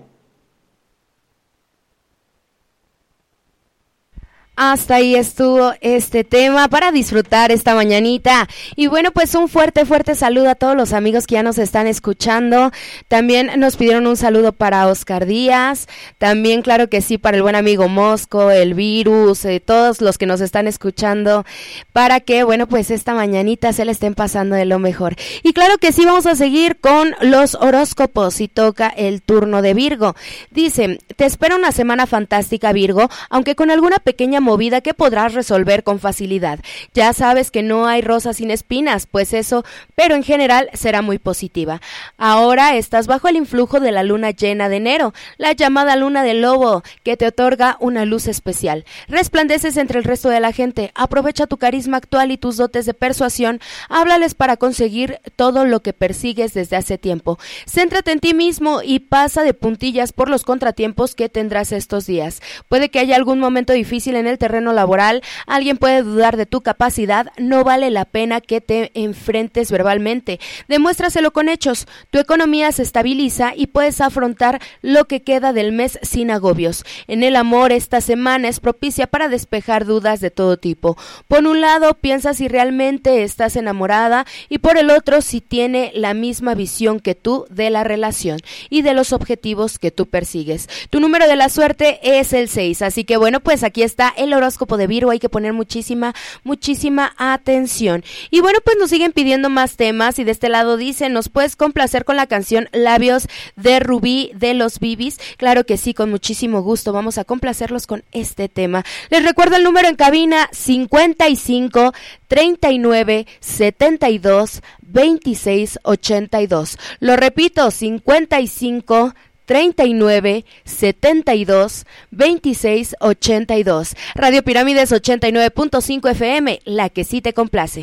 Hasta ahí estuvo este tema para disfrutar esta mañanita. Y bueno, pues un fuerte, fuerte saludo a todos los amigos que ya nos están escuchando. También nos pidieron un saludo para Oscar Díaz. También, claro que sí, para el buen amigo Mosco, el Virus, eh, todos los que nos están escuchando. Para que, bueno, pues esta mañanita se le estén pasando de lo mejor. Y claro que sí, vamos a seguir con los horóscopos y toca el turno de Virgo. Dice, te espera una semana fantástica, Virgo, aunque con alguna pequeña movida que podrás resolver con facilidad. Ya sabes que no hay rosas sin espinas, pues eso, pero en general será muy positiva. Ahora estás bajo el influjo de la luna llena de enero, la llamada luna del lobo, que te otorga una luz especial. Resplandeces entre el resto de la gente, aprovecha tu carisma actual y tus dotes de persuasión, háblales para conseguir todo lo que persigues desde hace tiempo. Céntrate en ti mismo y pasa de puntillas por los contratiempos que tendrás estos días. Puede que haya algún momento difícil en el terreno laboral, alguien puede dudar de tu capacidad, no vale la pena que te enfrentes verbalmente, demuéstraselo con hechos, tu economía se estabiliza y puedes afrontar lo que queda del mes sin agobios. En el amor, esta semana es propicia para despejar dudas de todo tipo. Por un lado, piensa si realmente estás enamorada y por el otro, si tiene la misma visión que tú de la relación y de los objetivos que tú persigues. Tu número de la suerte es el seis, así que bueno, pues aquí está el horóscopo de Virgo, hay que poner muchísima, muchísima atención. Y bueno, pues nos siguen pidiendo más temas y de este lado dice, ¿nos puedes complacer con la canción Labios de Rubí de los Bibis? Claro que sí, con muchísimo gusto, vamos a complacerlos con este tema. Les recuerdo el número en cabina, cincuenta y cinco, treinta y nueve, setenta y dos, veintiséis, ochenta y dos. Lo repito, cincuenta y cinco, treinta y nueve, setenta y dos, veintiséis, ochenta y dos. Radio Pirámides ochenta y nueve punto cinco F M, la que sí te complace.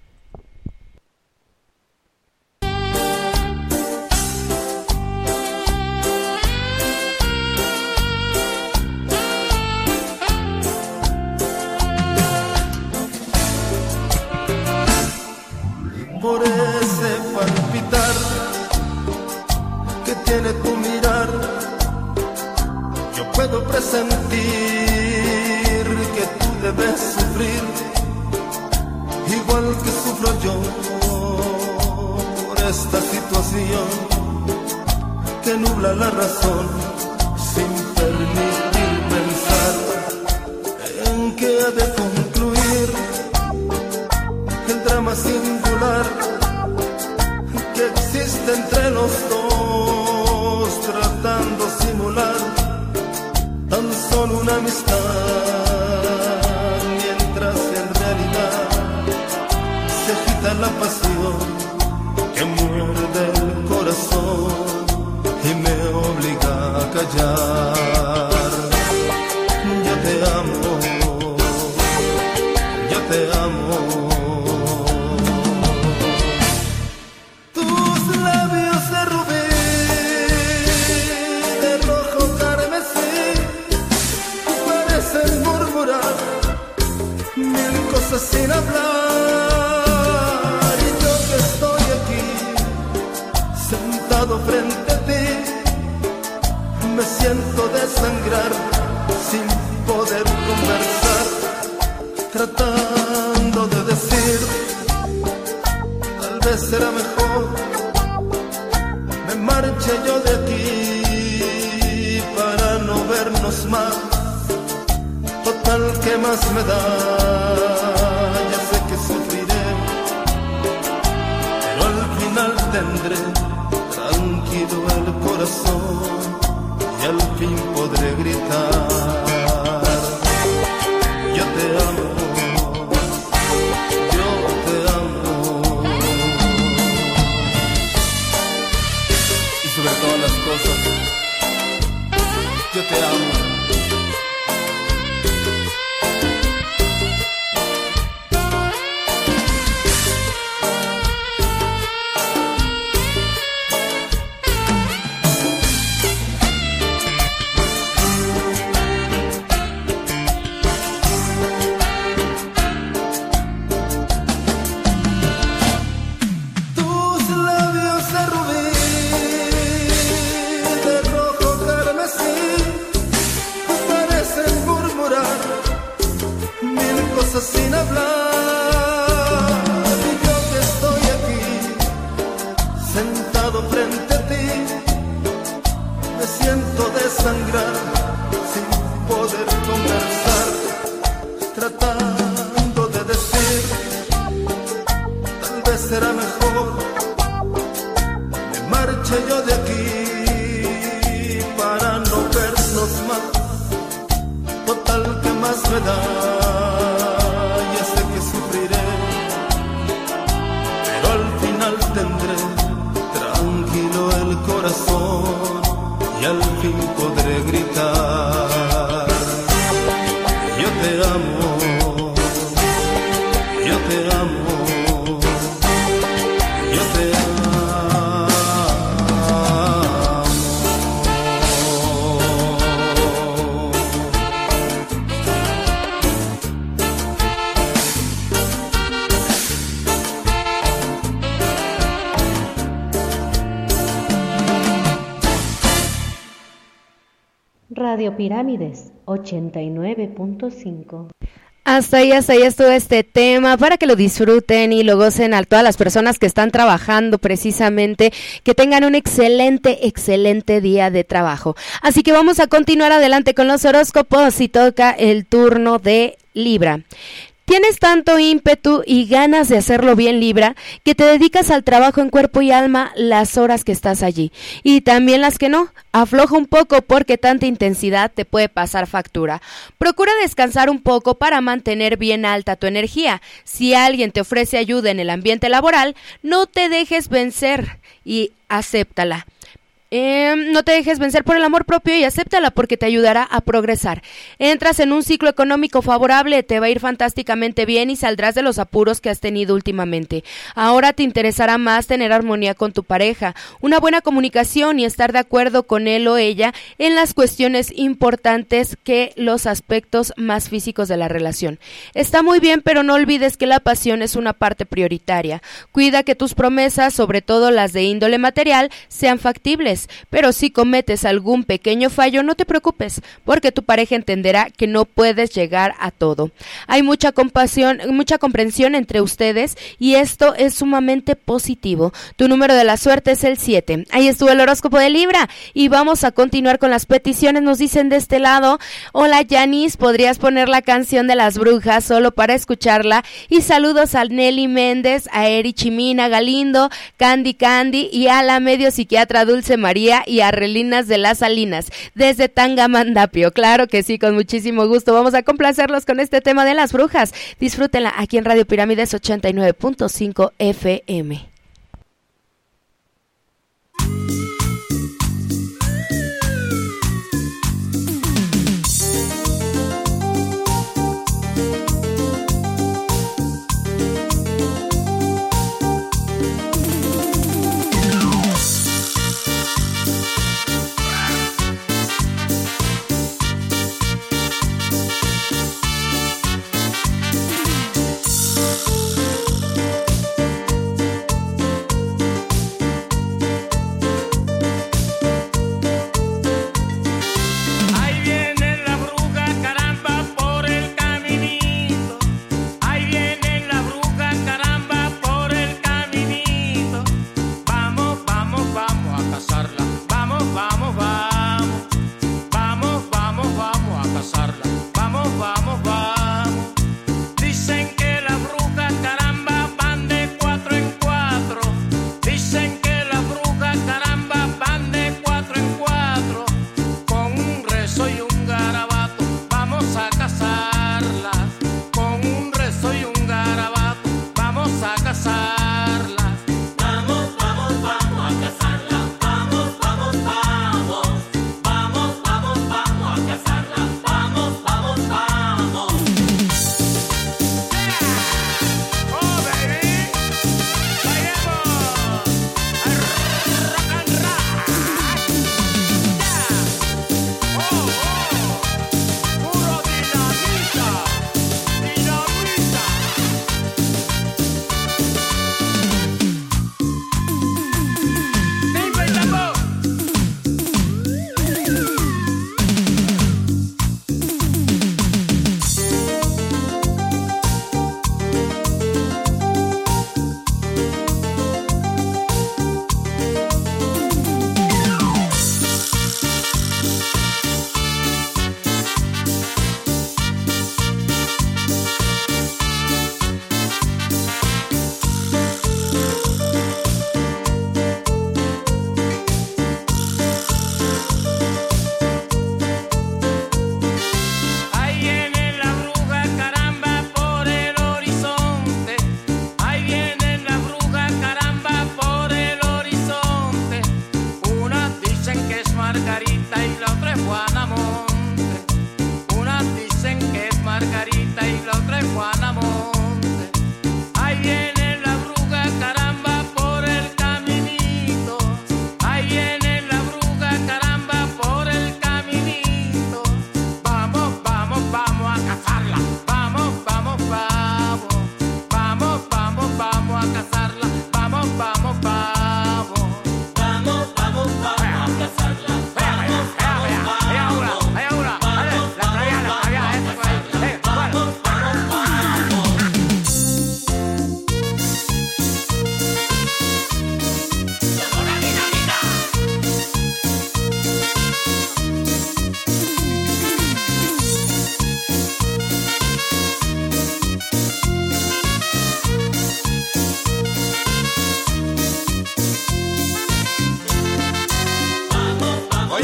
Por ese palpitar que tiene tu mirar, yo puedo presentir que tú debes sufrir, igual que sufro yo por esta situación que nubla la razón sin permitir pensar en que ha de concluir el drama singular que existe entre los dos, tratando simular tan solo una amistad, mientras en realidad se agita la pasión que muerde el corazón y me obliga a callar. Yo te amo, yo te amo. Sin hablar, y yo que estoy aquí sentado frente a ti, me siento desangrar sin poder conversar, tratando de decir, tal vez será mejor me marche yo de aquí para no vernos más. Total, ¿qué más me da? Ya sé que sufriré, pero al final tendré tranquilo el corazón y al fin podré gritar: yo te amo, yo te amo. rosa. Yo te amo. Sin hablar, y yo que estoy aquí, sentado frente a ti, me siento desangrar, sin poder conversar, tratando de decir, tal vez será mejor, me marche yo de aquí, para no vernos más, total que más me da. Tendré tranquilo el corazón y al fin podré gritar: yo te amo, yo te amo, yo te amo. Radio Pirámides ochenta y nueve punto cinco. Hasta ahí, hasta ahí estuvo este tema, para que lo disfruten y lo gocen a todas las personas que están trabajando precisamente, que tengan un excelente, excelente día de trabajo. Así que vamos a continuar adelante con los horóscopos y toca el turno de Libra. Tienes tanto ímpetu y ganas de hacerlo bien, Libra, que te dedicas al trabajo en cuerpo y alma las horas que estás allí. Y también las que no. Afloja un poco porque tanta intensidad te puede pasar factura. Procura descansar un poco para mantener bien alta tu energía. Si alguien te ofrece ayuda en el ambiente laboral, no te dejes vencer y acéptala. Eh, no te dejes vencer por el amor propio y acéptala porque te ayudará a progresar. Entras en un ciclo económico favorable, te va a ir fantásticamente bien y saldrás de los apuros que has tenido últimamente. Ahora te interesará más tener armonía con tu pareja, una buena comunicación y estar de acuerdo con él o ella en las cuestiones importantes que los aspectos más físicos de la relación. Está muy bien, pero no olvides que la pasión es una parte prioritaria. Cuida que tus promesas, sobre todo las de índole material, sean factibles. Pero si cometes algún pequeño fallo, no te preocupes, porque tu pareja entenderá que no puedes llegar a todo. Hay mucha compasión, mucha comprensión entre ustedes y esto es sumamente positivo. Tu número de la suerte es el siete. Ahí estuvo el horóscopo de Libra y vamos a continuar con las peticiones. Nos dicen de este lado: hola Yanis, ¿podrías poner la canción de las brujas solo para escucharla? Y saludos a Nelly Méndez, a Eri Chimina Galindo, Candy Candy y a la medio psiquiatra Dulce María y a Relinas de las Salinas desde Tangamandapio. Claro que sí, con muchísimo gusto. Vamos a complacerlos con este tema de las brujas. Disfrútenla aquí en Radio Pirámides ochenta y nueve punto cinco F M.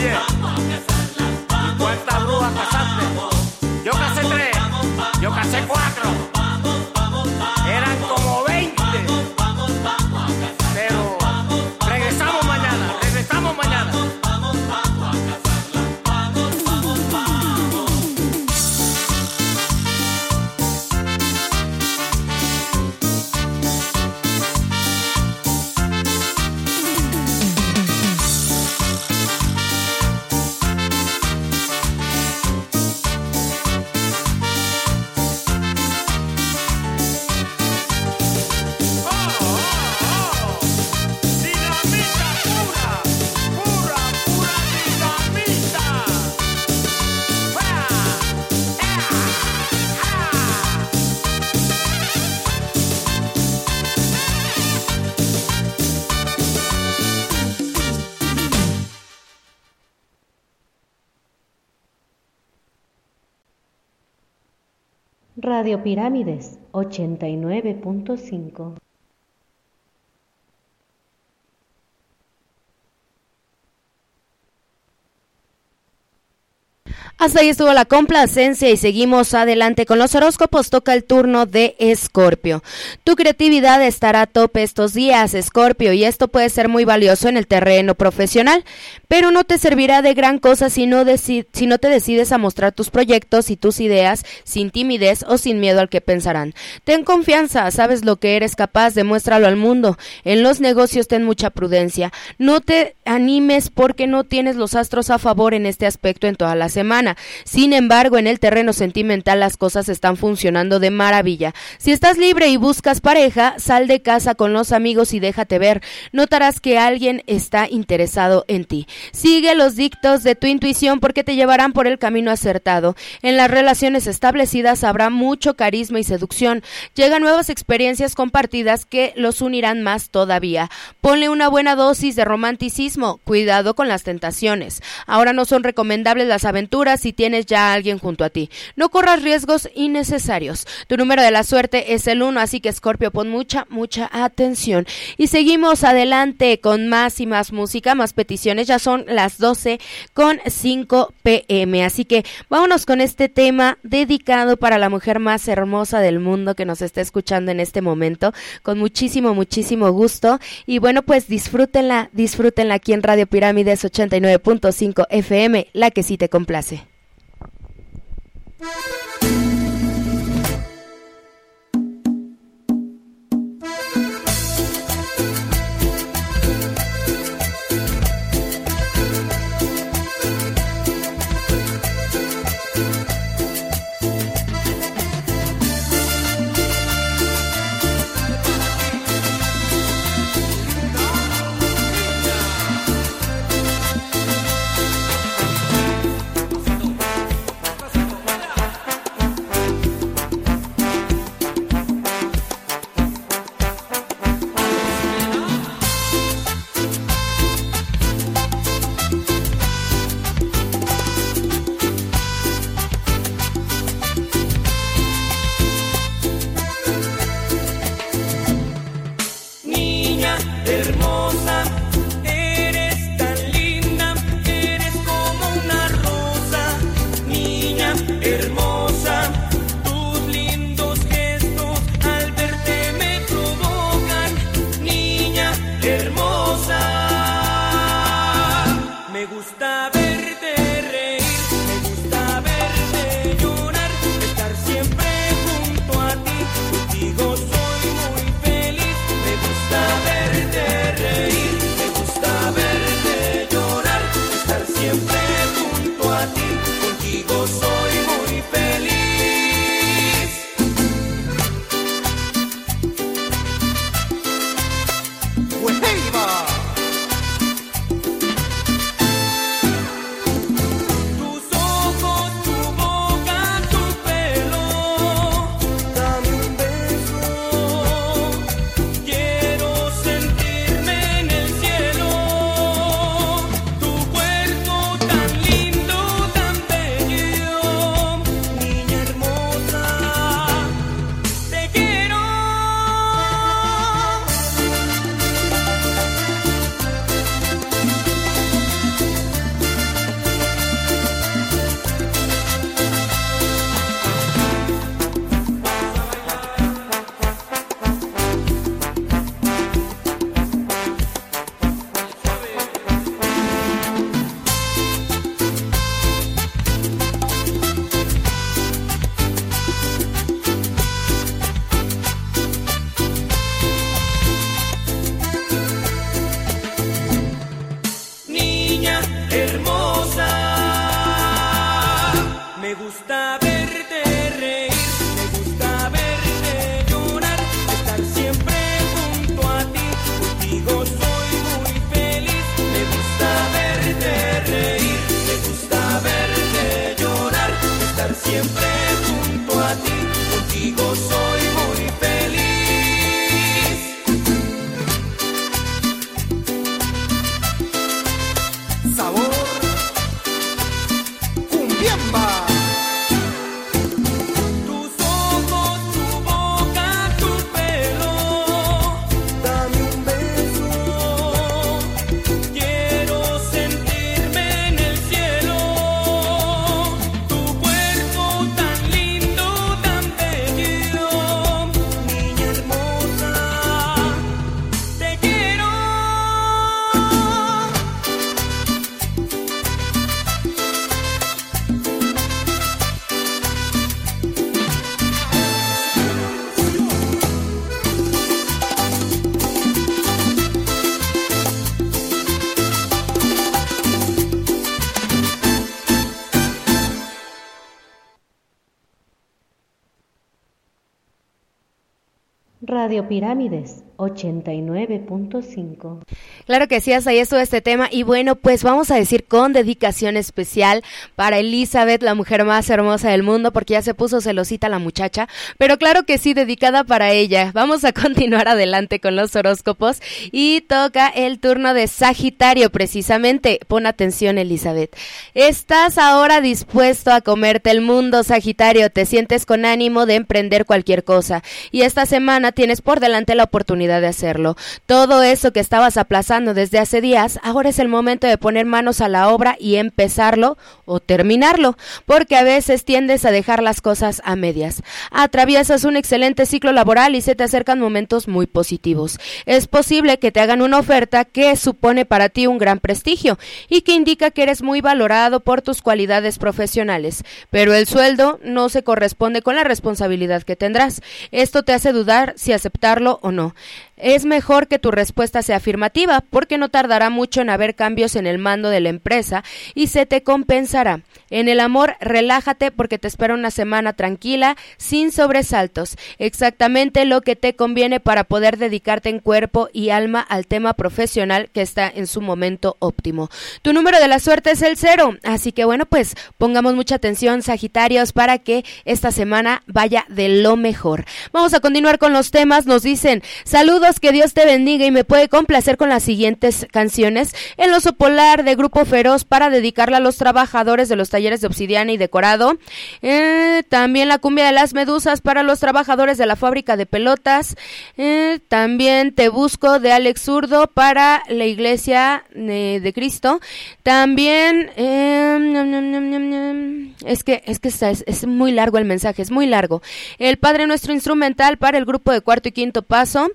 Oye, ¿y cuántas brujas casaste? Yo casé tres, yo casé cuatro. Eran como veinte. Pero regresamos mañana, regresamos mañana. Radio Pirámides ochenta y nueve punto cinco. Hasta ahí estuvo la complacencia y seguimos adelante con los horóscopos. Toca el turno de Escorpio. Tu creatividad estará a tope estos días, Escorpio, y esto puede ser muy valioso en el terreno profesional, pero no te servirá de gran cosa si no, deci- si no te decides a mostrar tus proyectos y tus ideas sin timidez o sin miedo al que pensarán. Ten confianza, sabes lo que eres capaz, demuéstralo al mundo. En los negocios ten mucha prudencia. No te animes porque no tienes los astros a favor en este aspecto en toda la semana. Sin embargo, en el terreno sentimental las cosas están funcionando de maravilla. Si estás libre y buscas pareja, sal de casa con los amigos y déjate ver. Notarás que alguien está interesado en ti. Sigue los dictos de tu intuición porque te llevarán por el camino acertado. En las relaciones establecidas habrá mucho carisma y seducción. Llegan nuevas experiencias compartidas que los unirán más todavía. Ponle una buena dosis de romanticismo. Cuidado con las tentaciones. Ahora no son recomendables las aventuras si tienes ya a alguien junto a ti. No corras riesgos innecesarios. Tu número de la suerte es el uno, así que Escorpio, pon mucha, mucha atención. Y seguimos adelante con más y más música, más peticiones. Ya son las doce con cinco pm, así que vámonos con este tema dedicado para la mujer más hermosa del mundo que nos está escuchando en este momento, con muchísimo, muchísimo gusto. Y bueno, pues disfrútenla, disfrútenla aquí en Radio Pirámides ochenta y nueve punto cinco F M, la que sí te complace. gusta verte reír, me gusta verte llorar, estar siempre junto a ti, contigo soy muy feliz. Me gusta verte reír, me gusta verte llorar, estar siempre junto a ti, contigo soy muy feliz. Sabor Cumbiamba. Tus ojos, tu boca, tu pelo, dame un beso. Quiero sentirme en el cielo. Tu cuerpo tan lindo, tan bello, niña hermosa, te quiero. Radio Pirámides ochenta y nueve punto cinco. Claro que sí, hasta ahí estuvo este tema. Y bueno, pues vamos a decir con dedicación especial para Elizabeth, la mujer más hermosa del mundo, porque ya se puso celosita la muchacha, pero claro que sí, dedicada para ella. Vamos a continuar adelante con los horóscopos y toca el turno de Sagitario, precisamente. Pon atención, Elizabeth. Estás ahora dispuesto a comerte el mundo, Sagitario. Te sientes con ánimo de emprender cualquier cosa y esta semana tienes por delante la oportunidad de hacerlo. Todo eso que estabas aplazando desde hace días, ahora es el momento de poner manos a la obra y empezarlo o terminarlo, porque a veces tiendes a dejar las cosas a medias. Atraviesas un excelente ciclo laboral y se te acercan momentos muy positivos. Es posible que te hagan una oferta que supone para ti un gran prestigio y que indica que eres muy valorado por tus cualidades profesionales, pero el sueldo no se corresponde con la responsabilidad que tendrás. Esto te hace dudar si aceptarlo o no. Es mejor que tu respuesta sea afirmativa, porque no tardará mucho en haber cambios en el mando de la empresa y se te compensará. En el amor, relájate porque te espera una semana tranquila, sin sobresaltos, exactamente lo que te conviene para poder dedicarte en cuerpo y alma al tema profesional que está en su momento óptimo. Tu número de la suerte es el cero, así que bueno, pues pongamos mucha atención, Sagitarios, para que esta semana vaya de lo mejor. Vamos a continuar con los temas. Nos dicen: saludos, que Dios te bendiga y me puede complacer con las siguientes canciones. El oso polar de Grupo Feroz para dedicarla a los trabajadores de los talleres de Obsidiana y Decorado. Eh, también la cumbia de las medusas para los trabajadores de la fábrica de pelotas. Eh, también Te busco de Alex Zurdo para la iglesia eh, de Cristo. También eh, nom, nom, nom, nom, nom. es que es que está, es, es muy largo el mensaje, es muy largo. El Padre Nuestro instrumental para el grupo de Cuarto y Quinto Paso.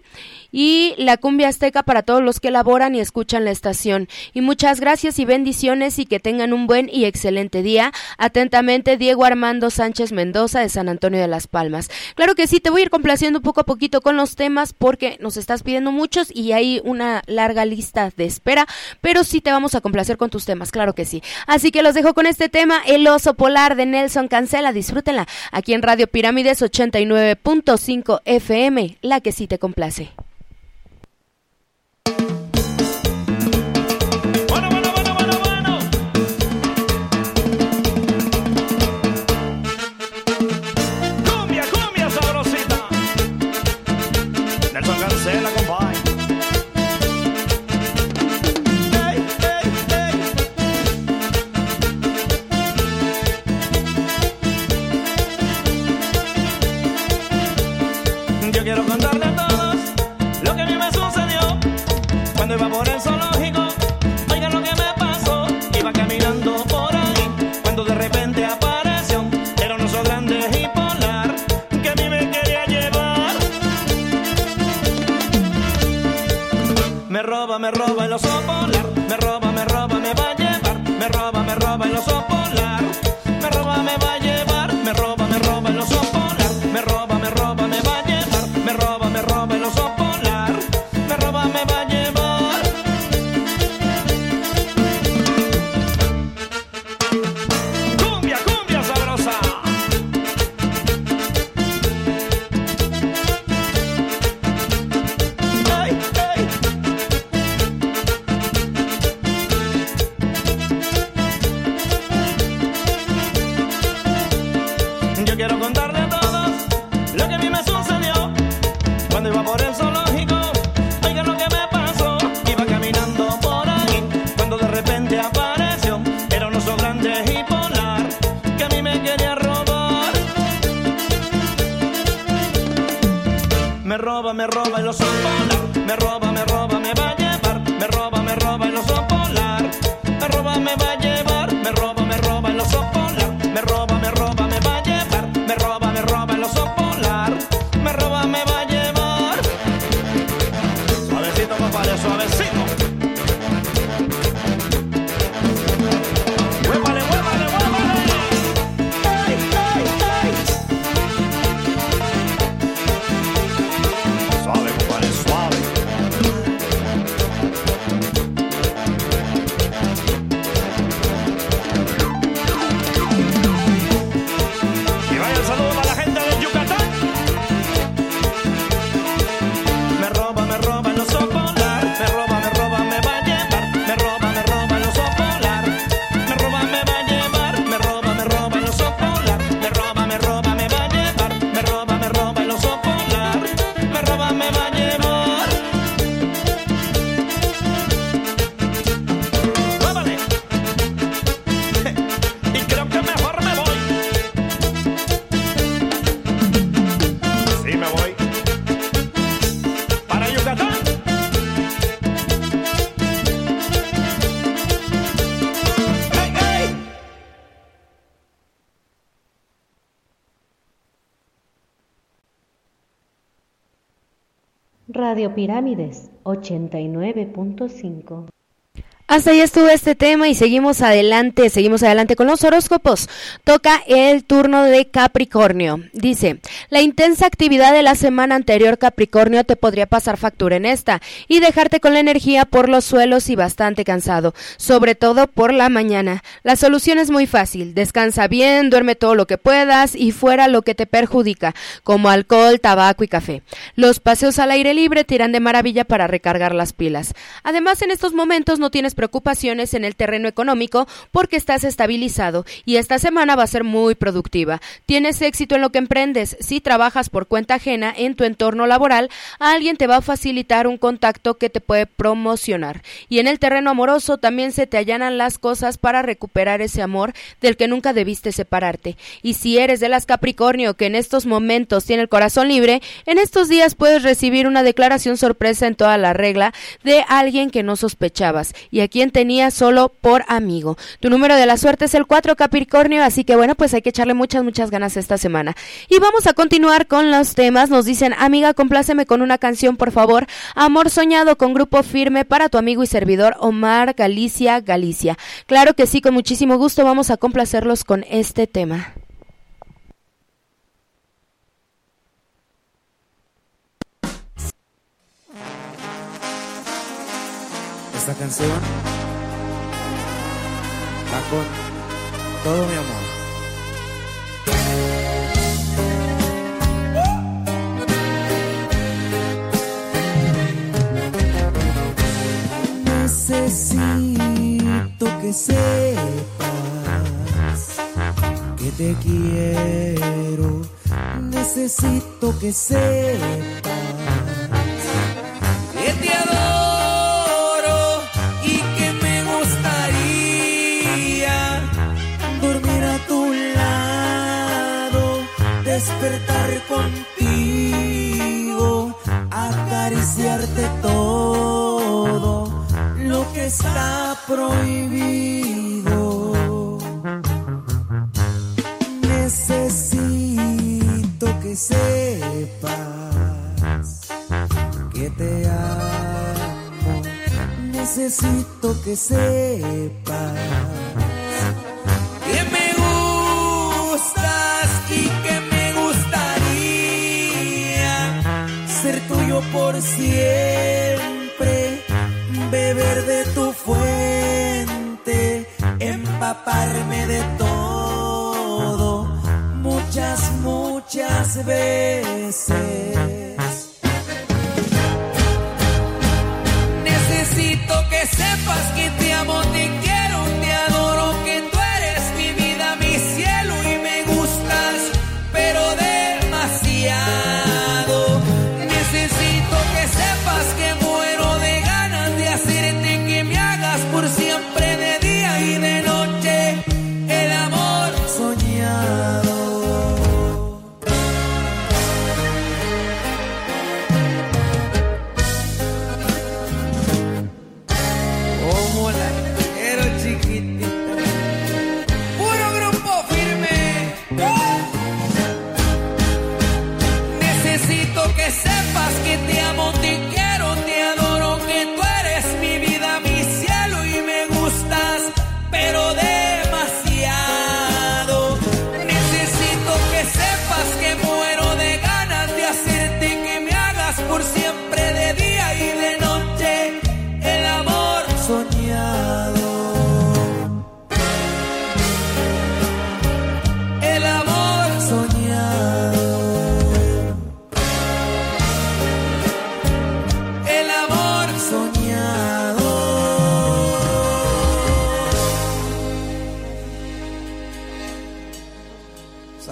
Y la cumbia azteca para todos los que elaboran y escuchan la estación. Y muchas gracias y bendiciones y que tengan un buen y excelente día. Atentamente, Diego Armando Sánchez Mendoza de San Antonio de las Palmas. Claro que sí, te voy a ir complaciendo poco a poquito con los temas porque nos estás pidiendo muchos y hay una larga lista de espera, pero sí te vamos a complacer con tus temas, claro que sí. Así que los dejo con este tema, El oso polar de Nelson Cancela. Disfrútenla aquí en Radio Pirámides ochenta y nueve punto cinco F M, la que sí te complace. Yo quiero contarle a todos roba, me roba el oso polar. Me roba, me roba, me va a llevar. Me roba, me roba el oso polar. Me roba, me va a llevar. Me roba, me roba el oso polar. Me roba, me roba, me va a llevar. Me roba, me roba el oso polar. Me roba, me va a llevar. Suavecito, compadre, suavecito. Huépale, huépale, huépale. Ay, ay, ay. Suave, compadre, suave. Y vaya el saludo para la gente de Yucatán. Me roba, me roba el oso polar. Me roba, me roba, me va a llevar. Me roba, me roba el oso polar. Me roba, me va a llevar. Me roba, me roba el oso polar. Me roba, me roba, me va a llevar. Me roba, me roba el oso polar. Me roba, me va a llevar. Róbale. Y creo que mejor me voy. Sí, me voy. Para Yucatán. ¡Hey, hey! Radio Pirámides ochenta y nueve punto cinco. Hasta ahí estuvo este tema y seguimos adelante, seguimos adelante con los horóscopos. Toca el turno de Capricornio. Dice, la intensa actividad de la semana anterior, Capricornio, te podría pasar factura en esta y dejarte con la energía por los suelos y bastante cansado, sobre todo por la mañana. La solución es muy fácil, descansa bien, duerme todo lo que puedas y fuera lo que te perjudica, como alcohol, tabaco y café. Los paseos al aire libre te irán de maravilla para recargar las pilas. Además, en estos momentos no tienes preocupaciones en el terreno económico porque estás estabilizado y esta semana va a ser muy productiva. Tienes éxito en lo que emprendes. Si trabajas por cuenta ajena en tu entorno laboral, alguien te va a facilitar un contacto que te puede promocionar. Y en el terreno amoroso también se te allanan las cosas para recuperar ese amor del que nunca debiste separarte. Y si eres de las Capricornio que en estos momentos tiene el corazón libre, en estos días puedes recibir una declaración sorpresa en toda la regla de alguien que no sospechabas y a quien tenías solo por amigo. Tu número de la suerte es el cuatro, Capricornio, así que bueno, pues hay que echarle muchas, muchas ganas esta semana. Y vamos a continuar con los temas. Nos dicen, amiga, compláceme con una canción, por favor. Amor Soñado con Grupo Firme para tu amigo y servidor Omar Galicia Galicia. Claro que sí, con muchísimo gusto vamos a complacerlos con este tema. Esta canción va con todo mi amor. Necesito que sepas que te quiero. Necesito que sepas que te adoro y que me gustaría dormir a tu lado, despertar contigo, acariciarte todo lo que está prohibido. Necesito que sepas que te amo. Necesito que sepas que me gustas y que me gustaría ser tuyo por siempre, beber de tu fuente, empaparme de todo, muchas, muchas veces. Necesito que sepas que te amo, te quiero, te adoro, que tú eres mi vida, mi cielo y me gustas, pero demasiado. Necesito que sepas que muero de ganas de hacerte que me hagas por siempre, de día y de noche, el amor soñado.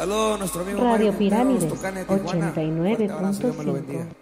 Saludos a nuestro amigo Radio Mario Pirámides Quinteros, Tocane, Tijuana. ochenta y nueve Fuerte abrazo, punto Dios me lo cinco. bendiga.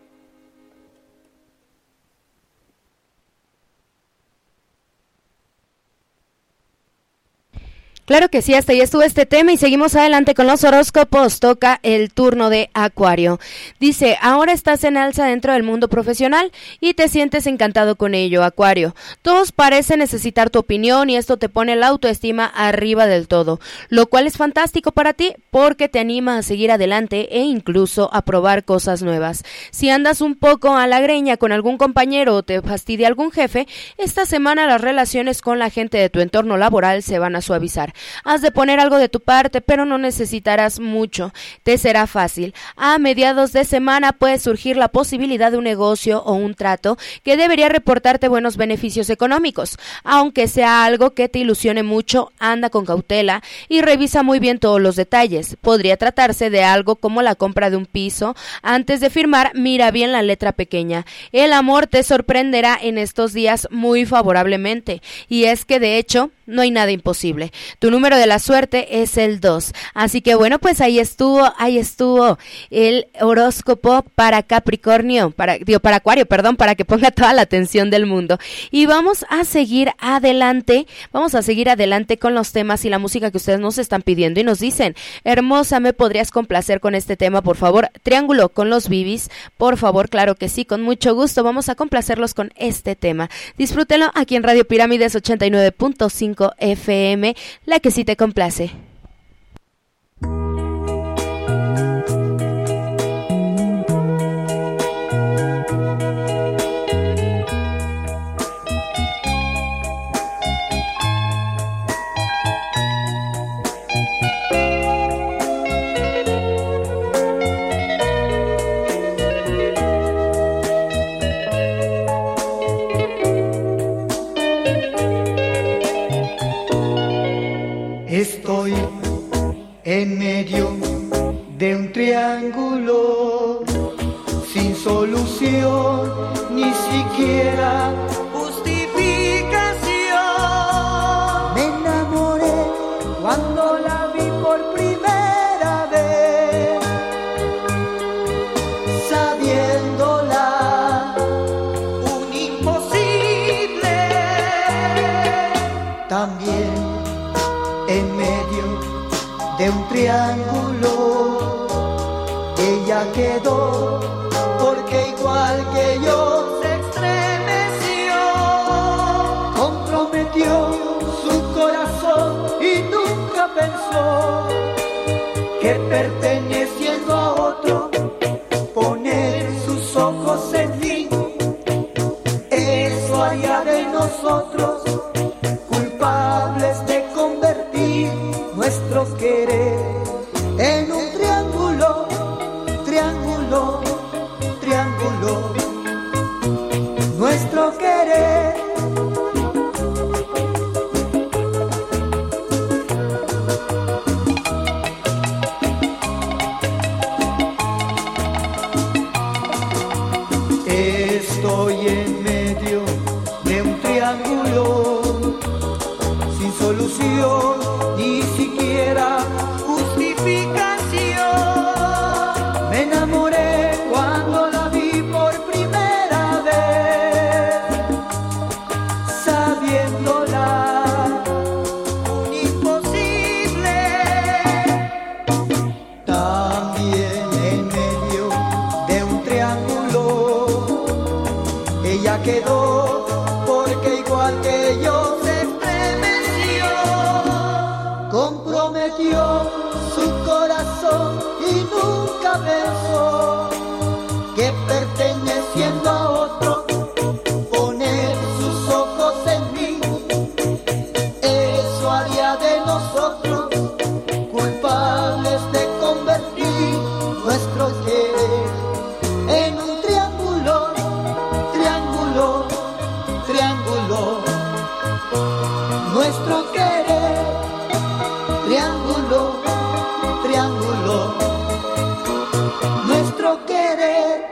Claro que sí, hasta ahí estuvo este tema y seguimos adelante con los horóscopos. Toca el turno de Acuario. Dice, ahora estás en alza dentro del mundo profesional y te sientes encantado con ello, Acuario. Todos parecen necesitar tu opinión y esto te pone la autoestima arriba del todo, lo cual es fantástico para ti porque te anima a seguir adelante e incluso a probar cosas nuevas. Si andas un poco a la greña con algún compañero o te fastidia algún jefe, esta semana las relaciones con la gente de tu entorno laboral se van a suavizar. Has de poner algo de tu parte, pero no necesitarás mucho. Te será fácil. A mediados de semana puede surgir la posibilidad de un negocio o un trato que debería reportarte buenos beneficios económicos. Aunque sea algo que te ilusione mucho, anda con cautela y revisa muy bien todos los detalles. Podría tratarse de algo como la compra de un piso. Antes de firmar, mira bien la letra pequeña. El amor te sorprenderá en estos días muy favorablemente. Y es que de hecho, no hay nada imposible. Tu número de la suerte es el dos. Así que bueno, pues ahí estuvo, ahí estuvo el horóscopo para Capricornio, para, digo, para Acuario, perdón, para que ponga toda la atención del mundo. Y vamos a seguir adelante, vamos a seguir adelante con los temas y la música que ustedes nos están pidiendo y nos dicen, hermosa, ¿me podrías complacer con este tema, por favor? Triángulo con los Bibis, por favor, claro que sí, con mucho gusto, vamos a complacerlos con este tema. Disfrútenlo aquí en Radio Pirámides ochenta y nueve punto cinco F M, la que sí te complace. Estoy en medio de un triángulo sin solución, ni siquiera justificación. Me enamoré cuando la vi por primera vez, sabiéndola un imposible. También en medio de un triángulo ella quedó, porque igual que yo se estremeció, comprometió su corazón y nunca pensó que perteneciendo a otro poner sus ojos en mí. Eso haría de nosotros culpables de convertir nuestro querer en un triángulo, triángulo, triángulo, nuestro querer. Estoy en medio de un triángulo sin solución, ni siquiera justificación. Me enamoré cuando la vi por primera vez, sabiéndola un imposible. También en medio de un triángulo ella quedó, porque igual que yo se estremeció, comprometió su corazón y nunca pensó que perteneciendo a otro poner sus ojos en mí. Eso haría de nosotros culpables de convertir nuestro querer en un triángulo, triángulo, triángulo, nuestro querer, triángulo, triángulo, nuestro querer.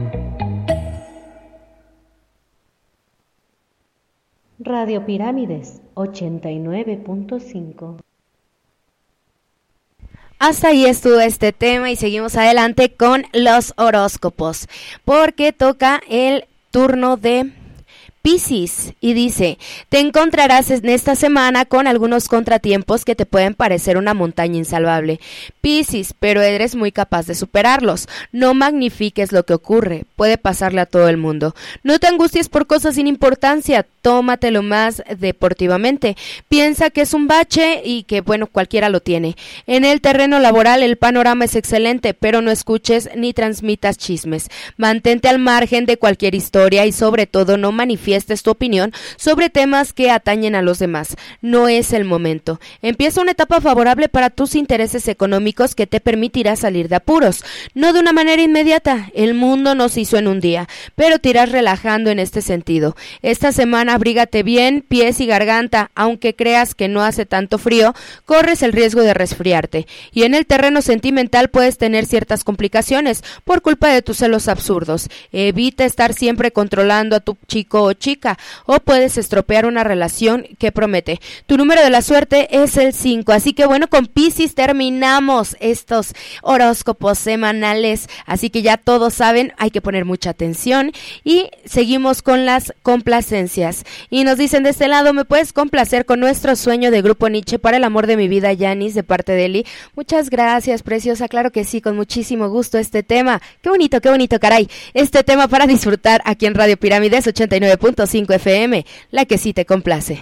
Radio Pirámides ochenta y nueve punto cinco. Hasta ahí estuvo este tema y seguimos adelante con los horóscopos, porque toca el turno de Piscis y dice: te encontrarás en esta semana con algunos contratiempos que te pueden parecer una montaña insalvable, Piscis, pero eres muy capaz de superarlos. No magnifiques lo que ocurre, puede pasarle a todo el mundo. No te angusties por cosas sin importancia, tómatelo más deportivamente. Piensa que es un bache y que, bueno, cualquiera lo tiene. En el terreno laboral el panorama es excelente, pero no escuches ni transmitas chismes. Mantente al margen de cualquier historia y sobre todo no manifiestes tu opinión sobre temas que atañen a los demás. No es el momento. Empieza una etapa favorable para tus intereses económicos que te permitirá salir de apuros. No de una manera inmediata, el mundo no se hizo en un día, pero te irás relajando en este sentido. Esta semana abrígate bien, pies y garganta, aunque creas que no hace tanto frío, corres el riesgo de resfriarte. Y en el terreno sentimental puedes tener ciertas complicaciones por culpa de tus celos absurdos. Evita estar siempre controlando a tu chico o chica, o puedes estropear una relación que promete. Tu número de la suerte es el cinco, así que bueno, con Piscis terminamos estos horóscopos semanales, así que ya todos saben, hay que poner mucha atención y seguimos con las complacencias. Y nos dicen de este lado: ¿me puedes complacer con Nuestro Sueño de Grupo Nietzsche para el amor de mi vida, Yanis, de parte de Eli? Muchas gracias, preciosa, claro que sí, con muchísimo gusto este tema. Qué bonito, qué bonito, caray. Este tema para disfrutar aquí en Radio Pirámides ochenta y nueve punto cinco F M, la que sí te complace.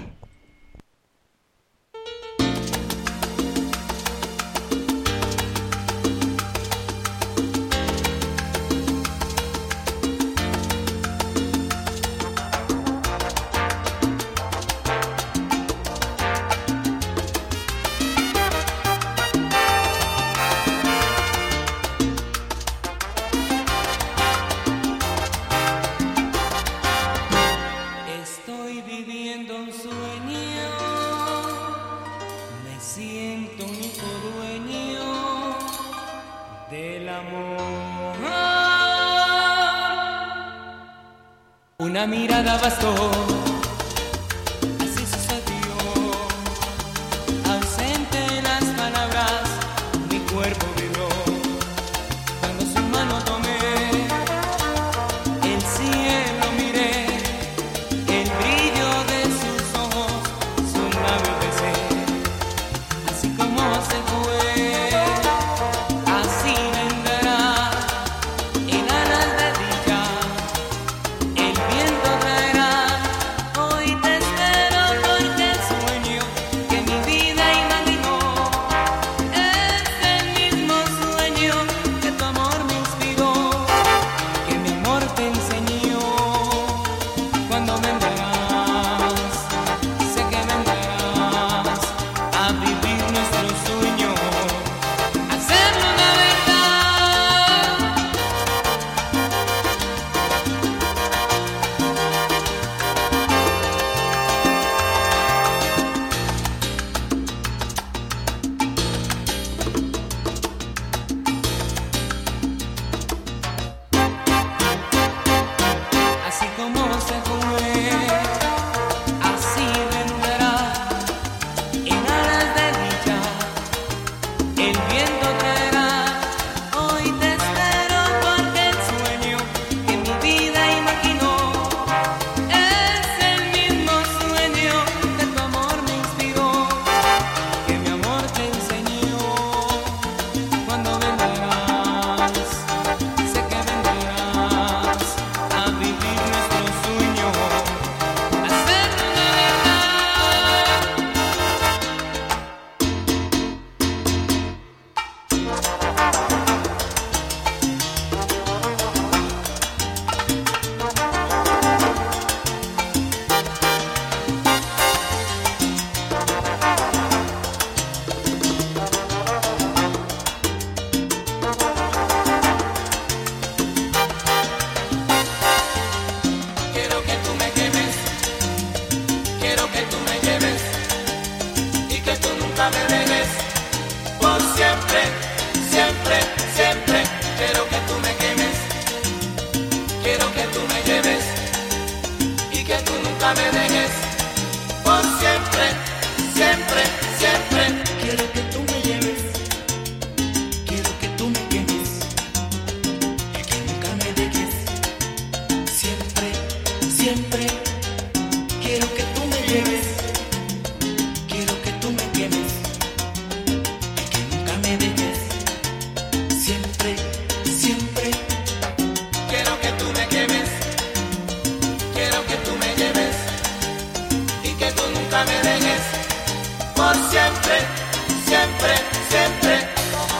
Una mirada bastó, así sucedió. Ausente en las palabras, mi cuerpo vibró. Cuando su mano tomé, el cielo miré, el brillo de sus ojos, su labio besé. Así como se fue, así vendrá en alas de dicha. El viento traerá nunca me dejes, por siempre, siempre, siempre.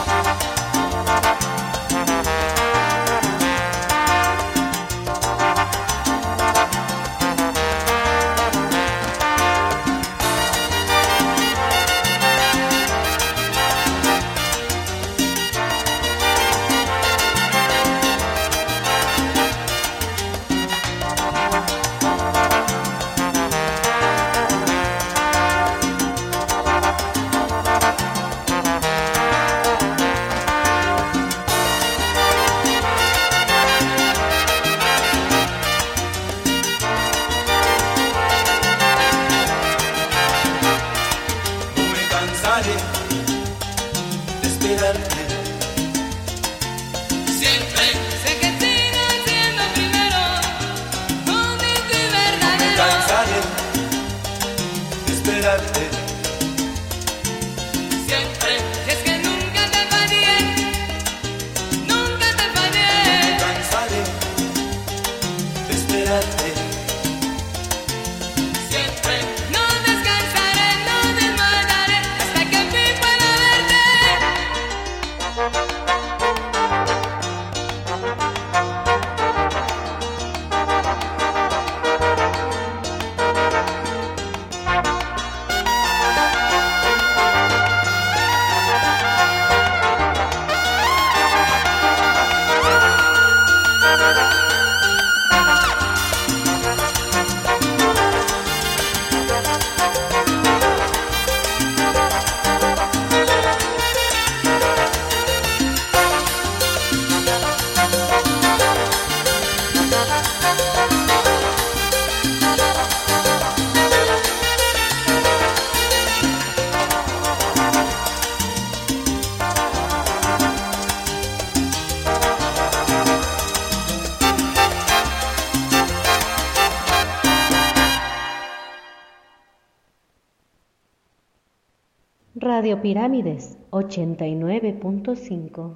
Radio Pirámides ochenta y nueve punto cinco.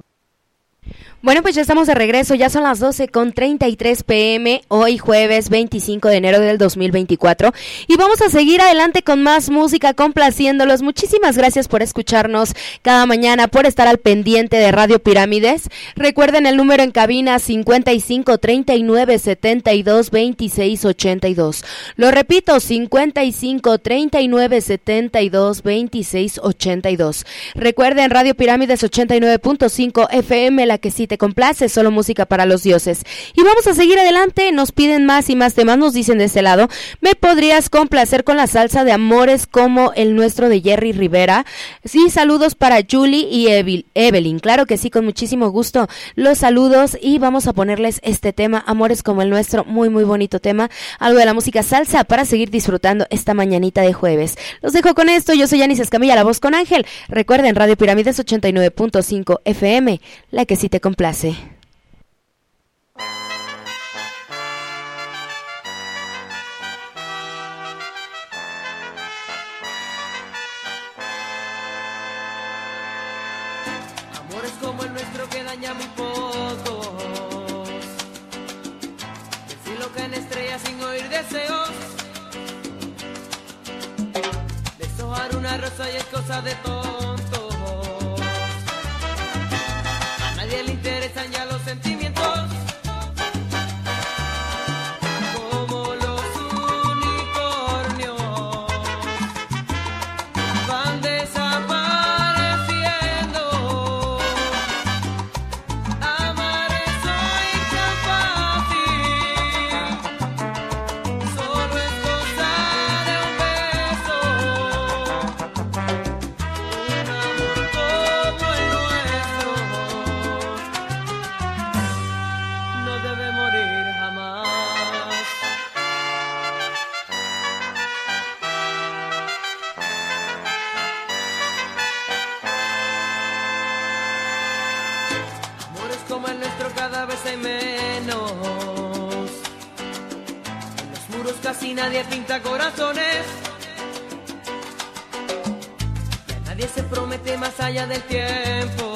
Bueno, pues ya estamos de regreso, ya son las doce con treinta y tres pm, hoy jueves veinticinco de enero del dos mil veinticuatro, y vamos a seguir adelante con más música, complaciéndolos. Muchísimas gracias por escucharnos cada mañana, por estar al pendiente de Radio Pirámides. Recuerden el número en cabina cincuenta y cinco, treinta y nueve, setenta y dos, veintiséis, ochenta y dos. Lo repito, cincuenta y cinco, treinta y nueve, setenta y dos, veintiséis, ochenta y dos. Recuerden Radio Pirámides ochenta y nueve punto cinco F M, la que sí te complace, solo música para los dioses. Y vamos a seguir adelante, nos piden más y más temas, nos dicen de este lado: ¿me podrías complacer con la salsa de Amores como el nuestro de Jerry Rivera? Sí, saludos para Julie y Evil, Evelyn, claro que sí, con muchísimo gusto los saludos, y vamos a ponerles este tema, Amores como el nuestro, muy muy bonito tema, algo de la música salsa para seguir disfrutando esta mañanita de jueves. Los dejo con esto, yo soy Yanis Escamilla, la voz con Ángel. Recuerden Radio Pirámides ochenta y nueve punto cinco F M, la que sí te complace. Amores como el nuestro que daña muy pocos, el cielo cae en estrellas sin oír deseos, deshojar una rosa y es cosa de tontos, a nadie le interesan ya los sentimientos, como los unicornios van desapareciendo. Amar es hoy tan fácil, solo es cosa de un beso, un amor como el nuestro no debe morir jamás. Amores como el nuestro cada vez hay menos, en los muros casi nadie pinta corazones, y a nadie se promete más allá del tiempo.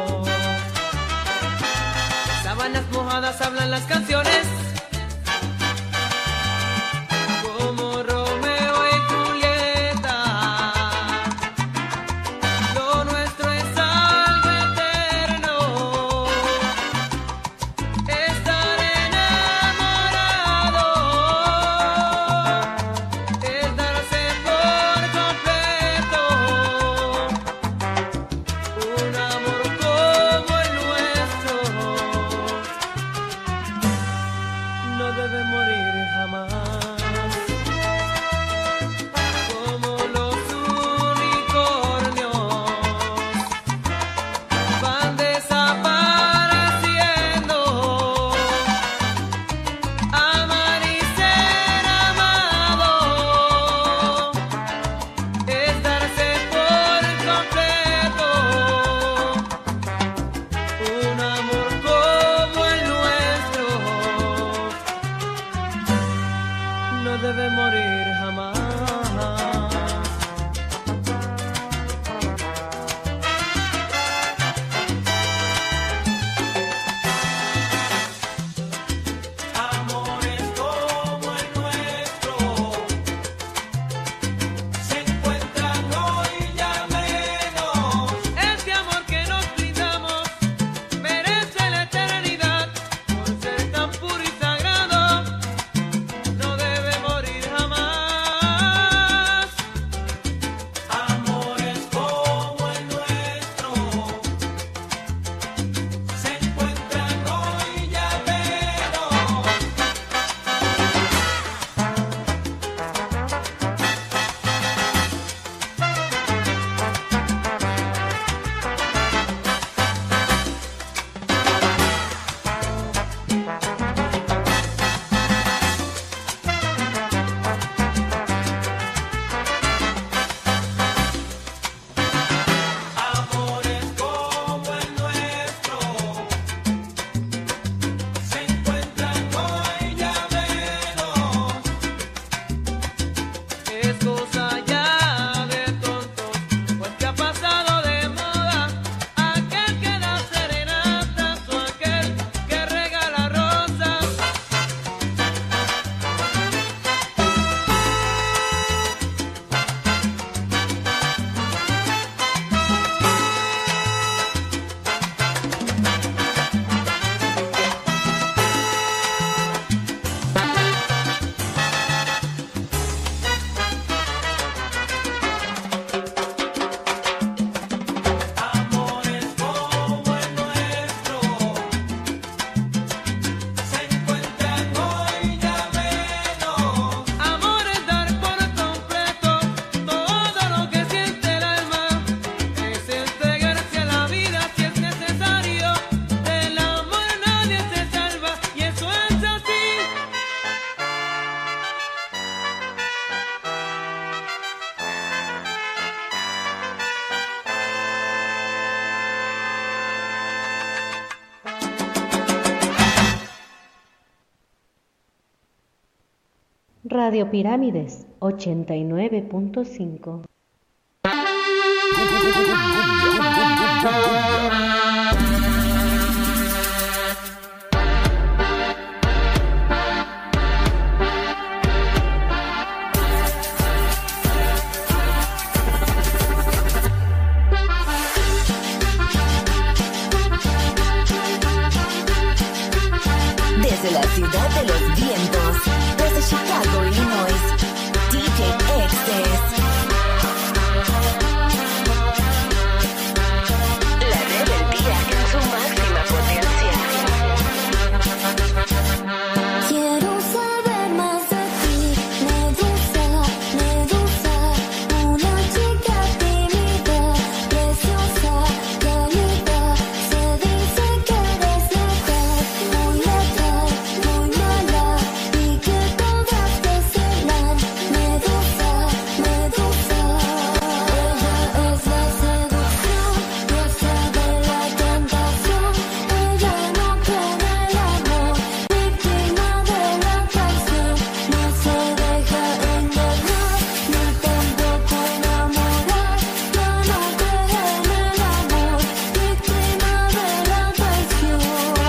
Las sábanas mojadas hablan las canciones, como Romeo y Julieta. Radio Pirámides ochenta y nueve punto cinco. Desde la ciudad de los vientos, desde Chicago, Illinois, D J Excess. La rebeldía en su máxima potencia. Quiero saber más de ti, Medusa, Medusa, una chica tímida, preciosa, cálida, se dice que eres letal, muy letal, muy mala, y que todas desean. Medusa, Medusa, ella es la seducción, diosa de la tentación, ella no cree en el amor, víctima de la traición, no se deja engañar, ni tampoco enamorar, ya no cree en el amor, víctima de la traición.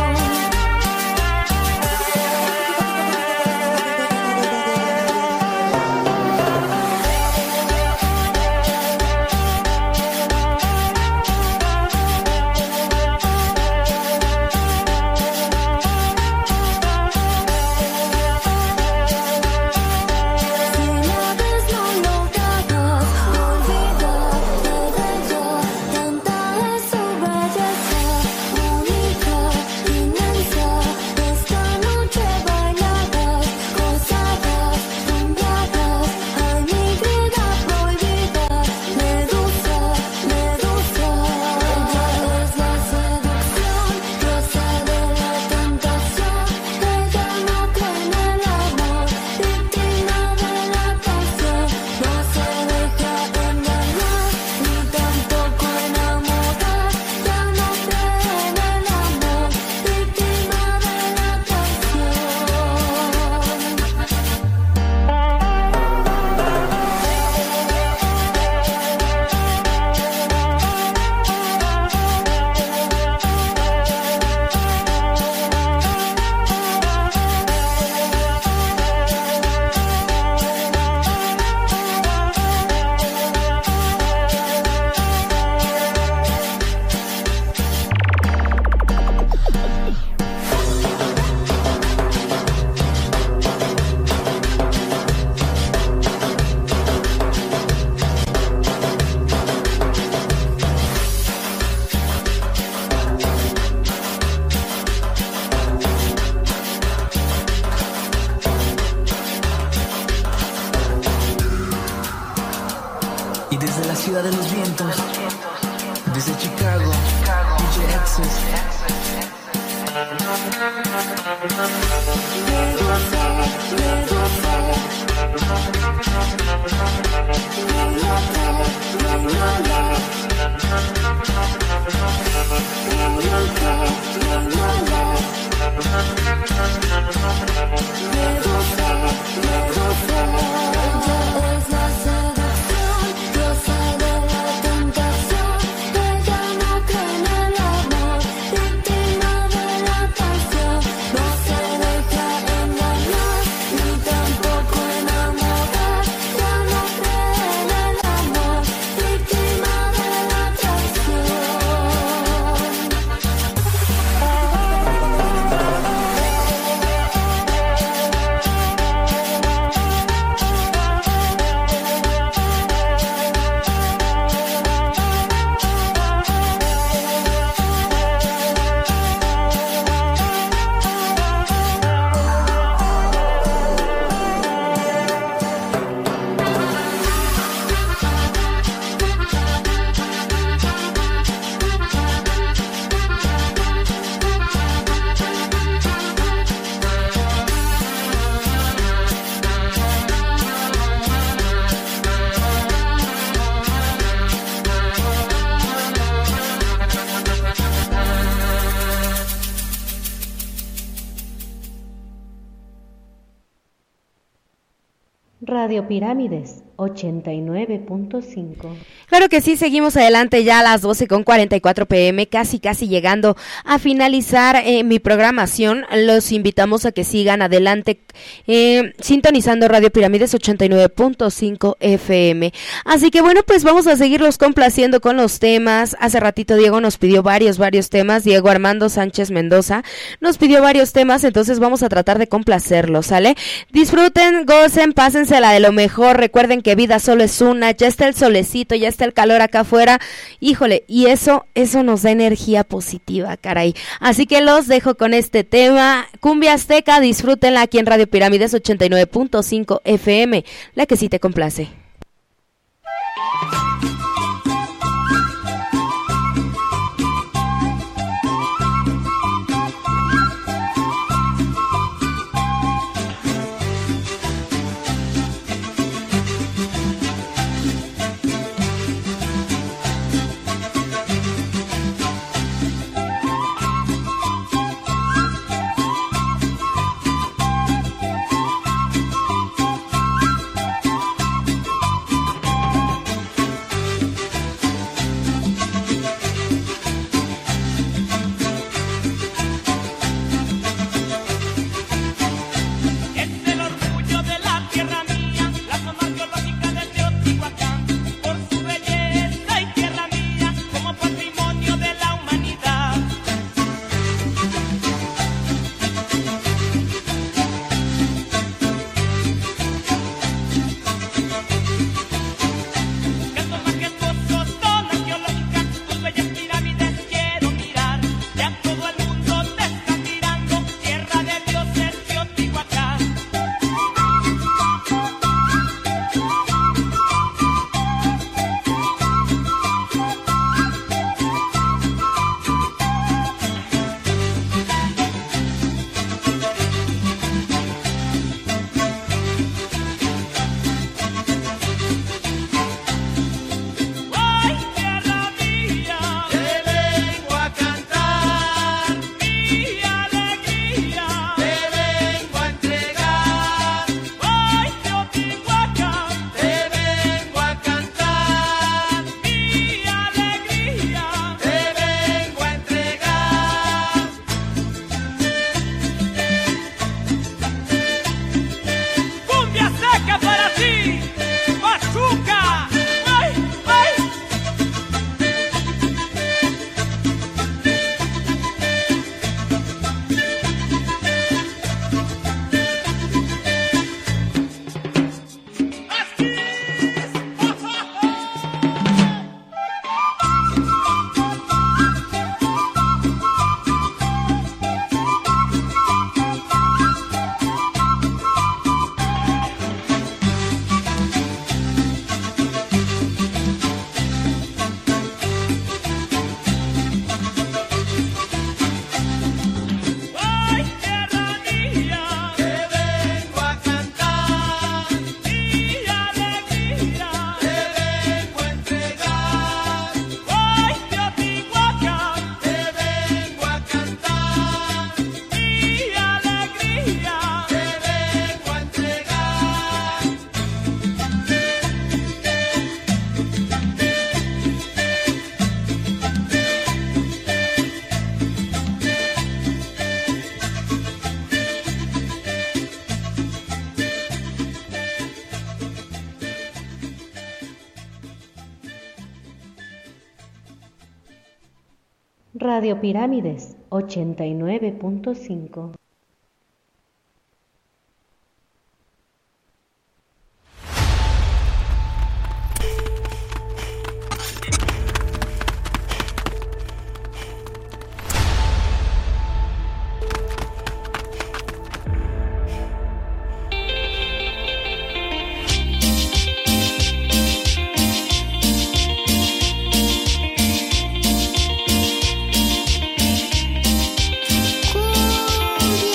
Si la ves no lograrás olvidarte de ella, tanta es su belleza, única, inmensa, esta noche bailarás, gozarás, nombrarás, ay mi vida prohibida, Medusa, Medusa, ella es la seducción, diosa de la tentación, ella no cree en el amor, víctima de la traición, no se deja engañar, ni tampoco enamorar, ya no cree en el amor, víctima de la traición. Y desde la ciudad de los vientos, desde Chicago, D J Excess. Diosa de la tentación, ella no cree en el amor, víctima de la traición, no se deja engañar, ni tampoco enamorar, ya no cree Radio Pirámides ochenta y nueve punto cinco. Claro que sí, seguimos adelante ya a las doce con cuarenta y cuatro pm, casi casi llegando a finalizar eh, mi programación. Los invitamos a que sigan adelante eh, sintonizando Radio Pirámides ochenta y nueve punto cinco F M. Así que bueno, pues vamos a seguirlos complaciendo con los temas. Hace ratito Diego nos pidió varios, varios temas. Diego Armando Sánchez Mendoza nos pidió varios temas, entonces vamos a tratar de complacerlos, ¿sale? Disfruten, gocen, pásensela de lo mejor. Recuerden que vida solo es una, ya está el solecito, ya está el calor acá afuera, híjole, y eso, eso nos da energía positiva, caray. Así que los dejo con este tema, Cumbia Azteca, disfrútenla aquí en Radio Pirámides ochenta y nueve punto cinco F M, la que sí te complace. Radio Pirámides ochenta y nueve punto cinco. Cumbia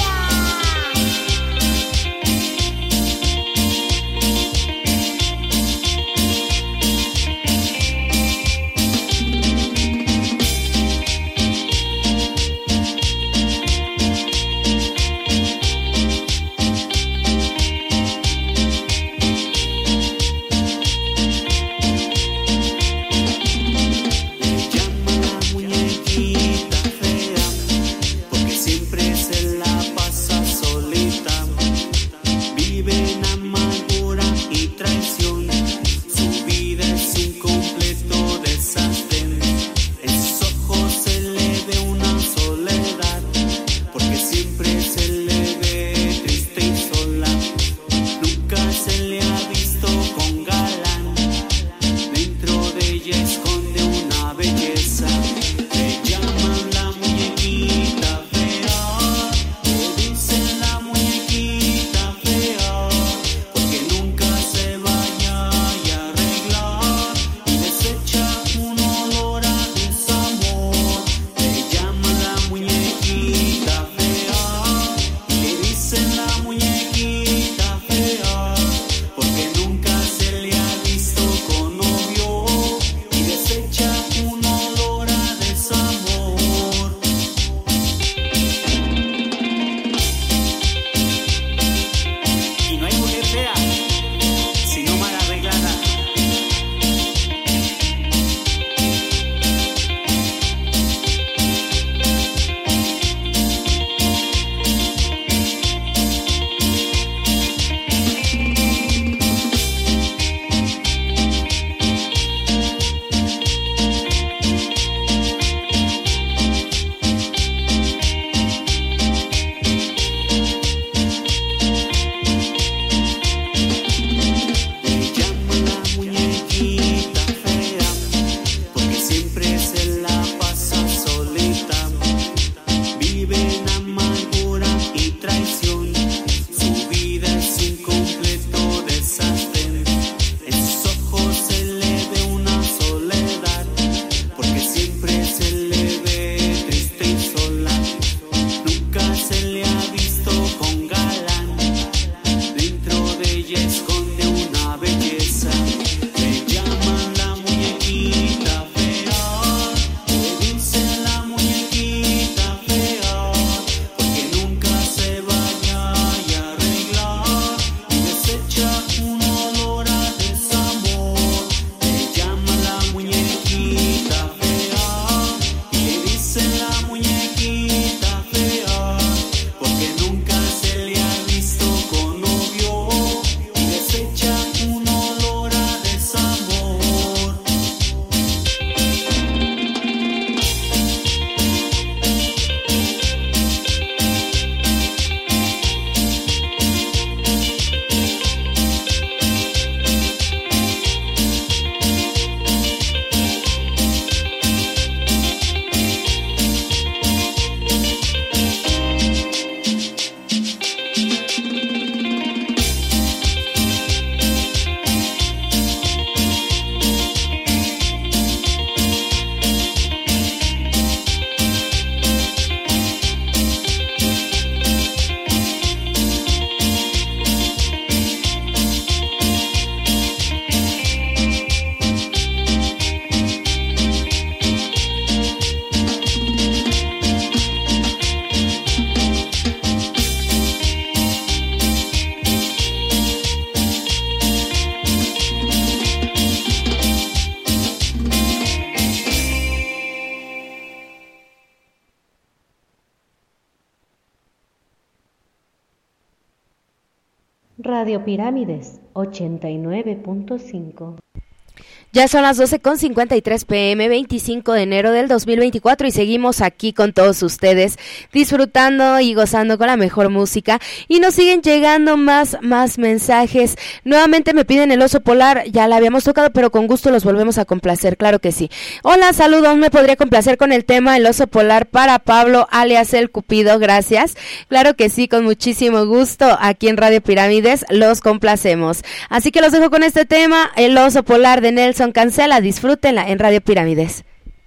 Radio Pirámides ochenta y nueve punto cinco. Ya son las doce con cincuenta y tres pm, veinticinco de enero del dos mil veinticuatro, y seguimos aquí con todos ustedes, disfrutando y gozando con la mejor música, y nos siguen llegando más, más mensajes. Nuevamente me piden el oso polar, ya la habíamos tocado, pero con gusto los volvemos a complacer, claro que sí. Hola, saludos, me podría complacer con el tema El oso polar para Pablo, alias el Cupido, gracias. Claro que sí, con muchísimo gusto, aquí en Radio Pirámides los complacemos. Así que los dejo con este tema, El oso polar de Nelson Cancela, disfrútenla en Radio Pirámides.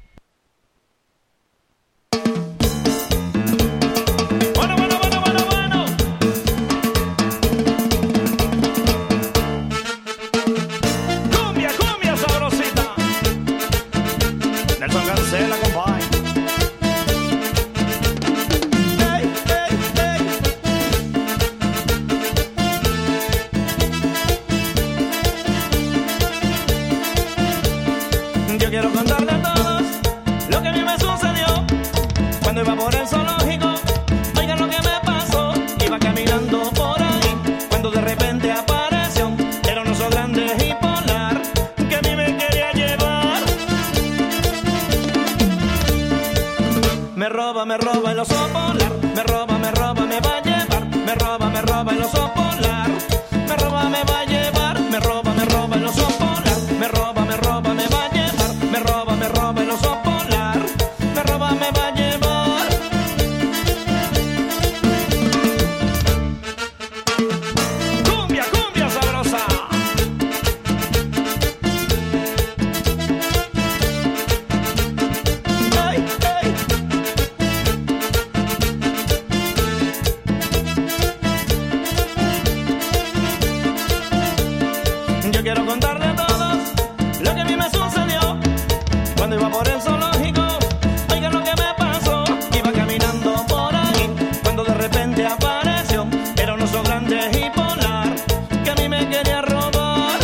Cumbia, cumbia sabrosita. Nelson Cancela, compadre. Hey, hey, hey. Yo quiero contarle a todos lo que a mí me sucedió cuando iba por el zoológico. Oigan lo que me pasó. Iba caminando por ahí cuando de repente apareció era un oso grande y polar que a mí me quería llevar. Me roba, me roba el oso polar. Me roba, me roba, me va a llevar. Me roba, me roba el oso polar. Me roba, me va a llevar. Me roba, me roba el oso polar. Me roba, me roba, me va a llevar. Me roba, me roba el oso polar. Me roba, me va a llevar. Cumbia, cumbia sabrosa. Ay, ay. Yo quiero contarle a todos lo que a mí me sucedió cuando iba por el zoológico. Oigan lo que me pasó. Iba caminando por ahí cuando de repente apareció era un oso grande y polar que a mí me quería robar.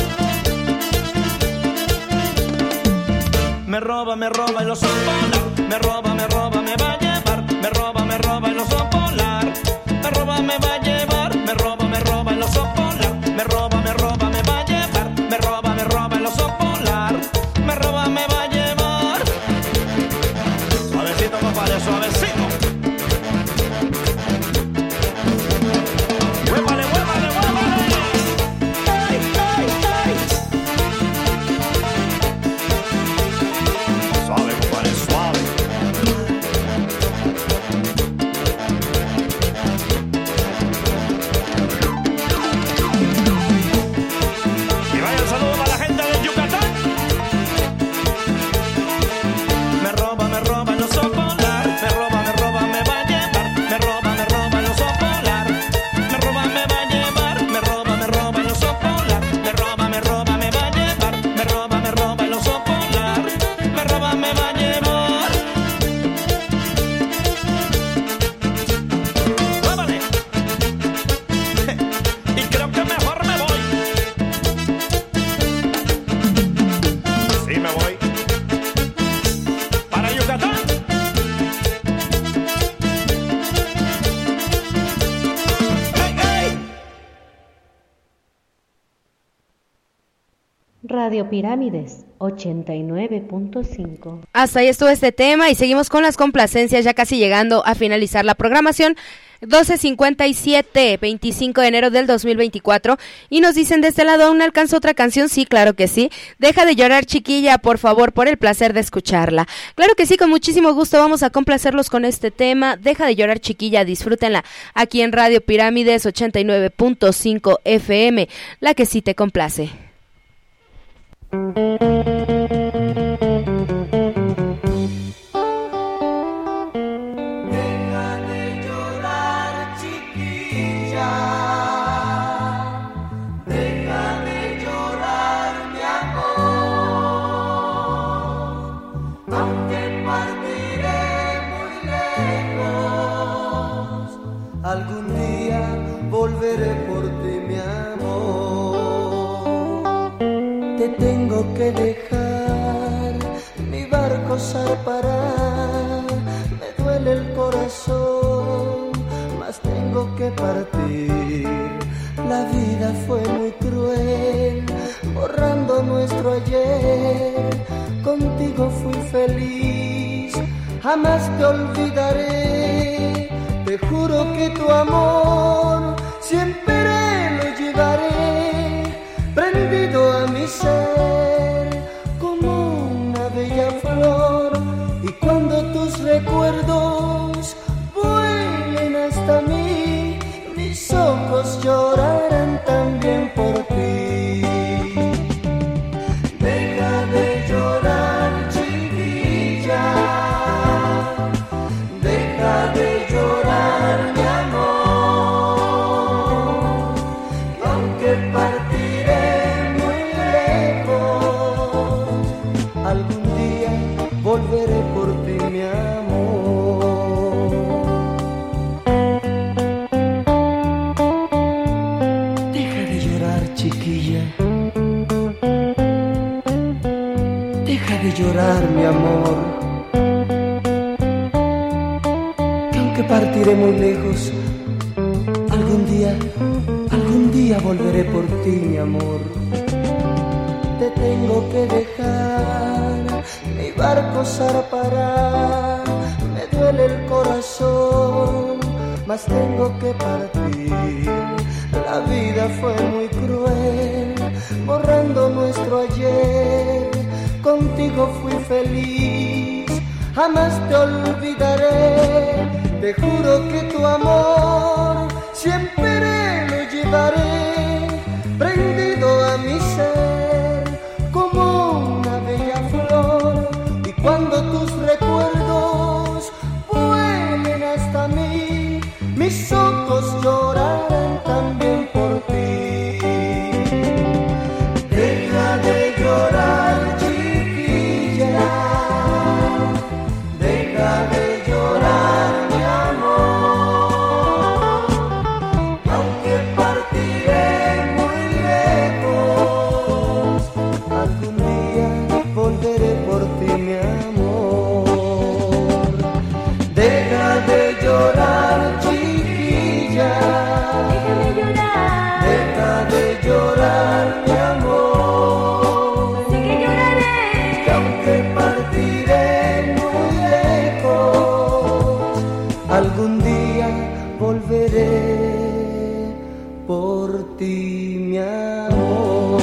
Me roba, me roba el oso polar. Me roba, me roba, me va a llevar. Me roba, me roba el oso polar. Me roba, me va a llevar. Me roba, me roba el oso polar. Me roba, me roba, me va a llevar. Me roba, me roba el oso polar. Me roba, me va a llevar. Suavecito, compadre, suavecito. Huévale, huévale, huévale. Ay, ay, ay. Suave, compadre, suave. Y vaya el saludo para la gente de Yucatán. Me roba, me roba el oso polar. Me roba, me roba, me va a llevar. Me roba, me roba el oso polar. Me roba, me va a llevar. Me roba, me roba el oso polar. Me roba, me roba, me va a llevar. Me roba, me roba el oso polar. Me roba, me va a llevar. Vámonos. Y creo que mejor me voy. Sí, me voy. Para Yucatán. ¡Hey, hey! Radio Pirámides ochenta y nueve punto cinco. Hasta ahí estuvo este tema y seguimos con las complacencias, ya casi llegando a finalizar la programación. doce cincuenta y siete, veinticinco de enero del dos mil veinticuatro, y nos dicen de este lado, ¿aún alcanza otra canción? Sí, claro que sí. Deja de llorar, chiquilla, por favor, por el placer de escucharla. Claro que sí, con muchísimo gusto vamos a complacerlos con este tema. Deja de llorar, chiquilla, disfrútenla aquí en Radio Pirámides ochenta y nueve punto cinco F M, la que sí te complace. Algún día volveré por ti, mi amor. Te tengo que dejar, mi barco zarpará. Me duele el corazón, mas tengo que partir. La vida fue muy cruel, borrando nuestro ayer. Contigo fui feliz, jamás te olvidaré. Te juro que tu amor siempre lo llevaré, prendido a mi ser como una bella flor. Y cuando tus recuerdos vuelen hasta mí, mis ojos llorarán también por ti. Deja de llorar, chiquilla, deja de llorar, mi amor. Y aunque partiré muy lejos, algún día volveré por ti, mi amor. Deja de llorar, chiquilla, deja de llorar, mi amor. Que aunque partiré muy lejos, algún día, algún día volveré por ti, mi amor. Te tengo que dejar, mi barco zarpará, me duele el corazón, mas tengo que partir. La vida fue muy cruel, borrando nuestro ayer. Contigo fui feliz, jamás te olvidaré. Te juro que tu amor siempre lo llevaré, prendido a mi ser como una bella flor. Y cuando tus recuerdos vuelen hasta mí, mis ojos llorarán también por ti. Deja de llorar, chiquilla, deja de llorar, mi amor. Aunque partiré muy lejos, algún día volveré por ti, mi amor. Deja de llorar, chiquilla, deja de llorar, mi amor. Que aunque partiré muy lejos, algún día volveré por ti, mi amor.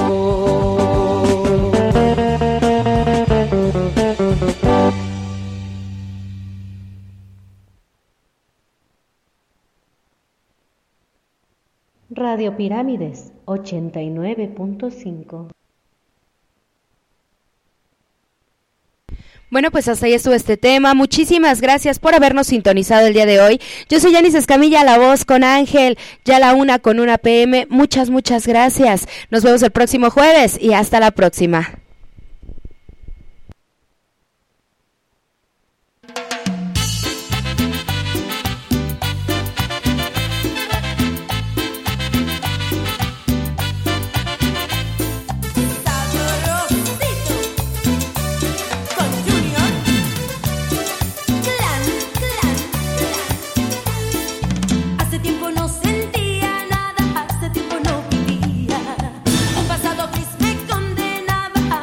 Radio Pirámides ochenta y nueve punto cinco. Bueno, pues hasta ahí estuvo este tema. Muchísimas gracias por habernos sintonizado el día de hoy. Yo soy Yanis Escamilla, la voz con Ángel, ya la una con una pe eme. Muchas, muchas gracias. Nos vemos el próximo jueves y hasta la próxima. Hace tiempo no sentía nada, hace tiempo no vivía. Un pasado gris me condenaba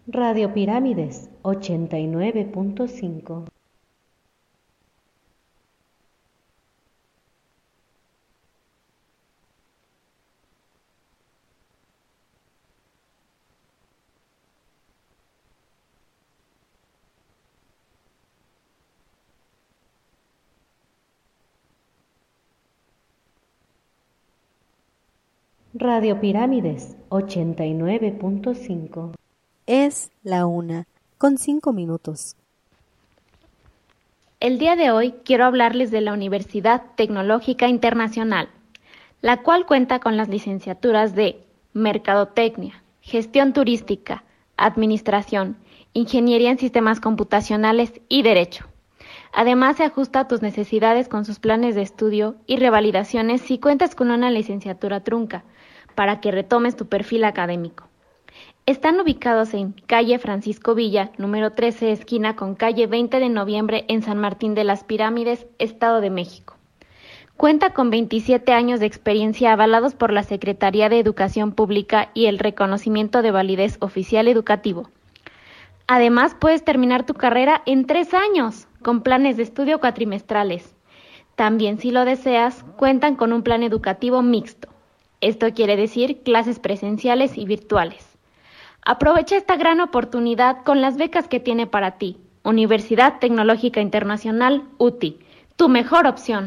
Radio Pirámides ochenta y nueve punto cinco. Radio Pirámides ochenta y nueve punto cinco. Es la una, con cinco minutos. El día de hoy quiero hablarles de la Universidad Tecnológica Internacional, la cual cuenta con las licenciaturas de Mercadotecnia, Gestión Turística, Administración, Ingeniería en Sistemas Computacionales y Derecho. Además, se ajusta a tus necesidades con sus planes de estudio y revalidaciones si cuentas con una licenciatura trunca, para que retomes tu perfil académico. Están ubicados en calle Francisco Villa, número trece, esquina con calle veinte de noviembre en San Martín de las Pirámides, Estado de México. Cuenta con veintisiete años de experiencia avalados por la Secretaría de Educación Pública y el reconocimiento de validez oficial educativo. Además, puedes terminar tu carrera en tres años, con planes de estudio cuatrimestrales. También, si lo deseas, cuentan con un plan educativo mixto. Esto quiere decir clases presenciales y virtuales. Aprovecha esta gran oportunidad con las becas que tiene para ti. Universidad Tecnológica Internacional, U T I, tu mejor opción.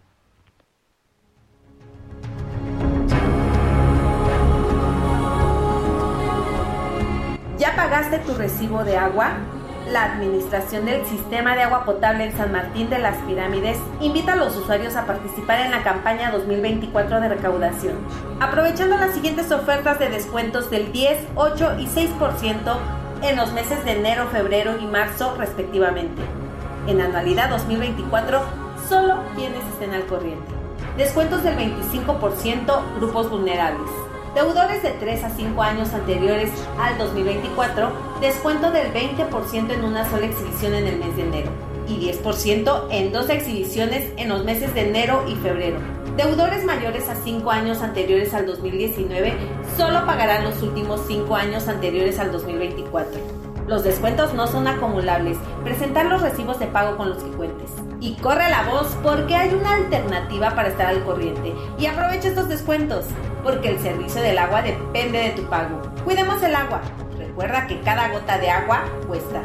¿Ya pagaste tu recibo de agua? La Administración del Sistema de Agua Potable en San Martín de las Pirámides invita a los usuarios a participar en la campaña dos mil veinticuatro de recaudación, aprovechando las siguientes ofertas de descuentos del diez, ocho y seis por ciento en los meses de enero, febrero y marzo respectivamente. En anualidad dos mil veinticuatro, solo quienes estén al corriente. Descuentos del veinticinco por ciento grupos vulnerables. Deudores de tres a cinco años anteriores al dos mil veinticuatro, descuento del veinte por ciento en una sola exhibición en el mes de enero y diez por ciento en dos exhibiciones en los meses de enero y febrero. Deudores mayores a cinco años anteriores al dos mil diecinueve solo pagarán los últimos cinco años anteriores al dos mil veinticuatro. Los descuentos no son acumulables. Presentar los recibos de pago con los que cuentes. Y corre la voz porque hay una alternativa para estar al corriente. Y aprovecha estos descuentos, porque el servicio del agua depende de tu pago. Cuidemos el agua. Recuerda que cada gota de agua cuesta.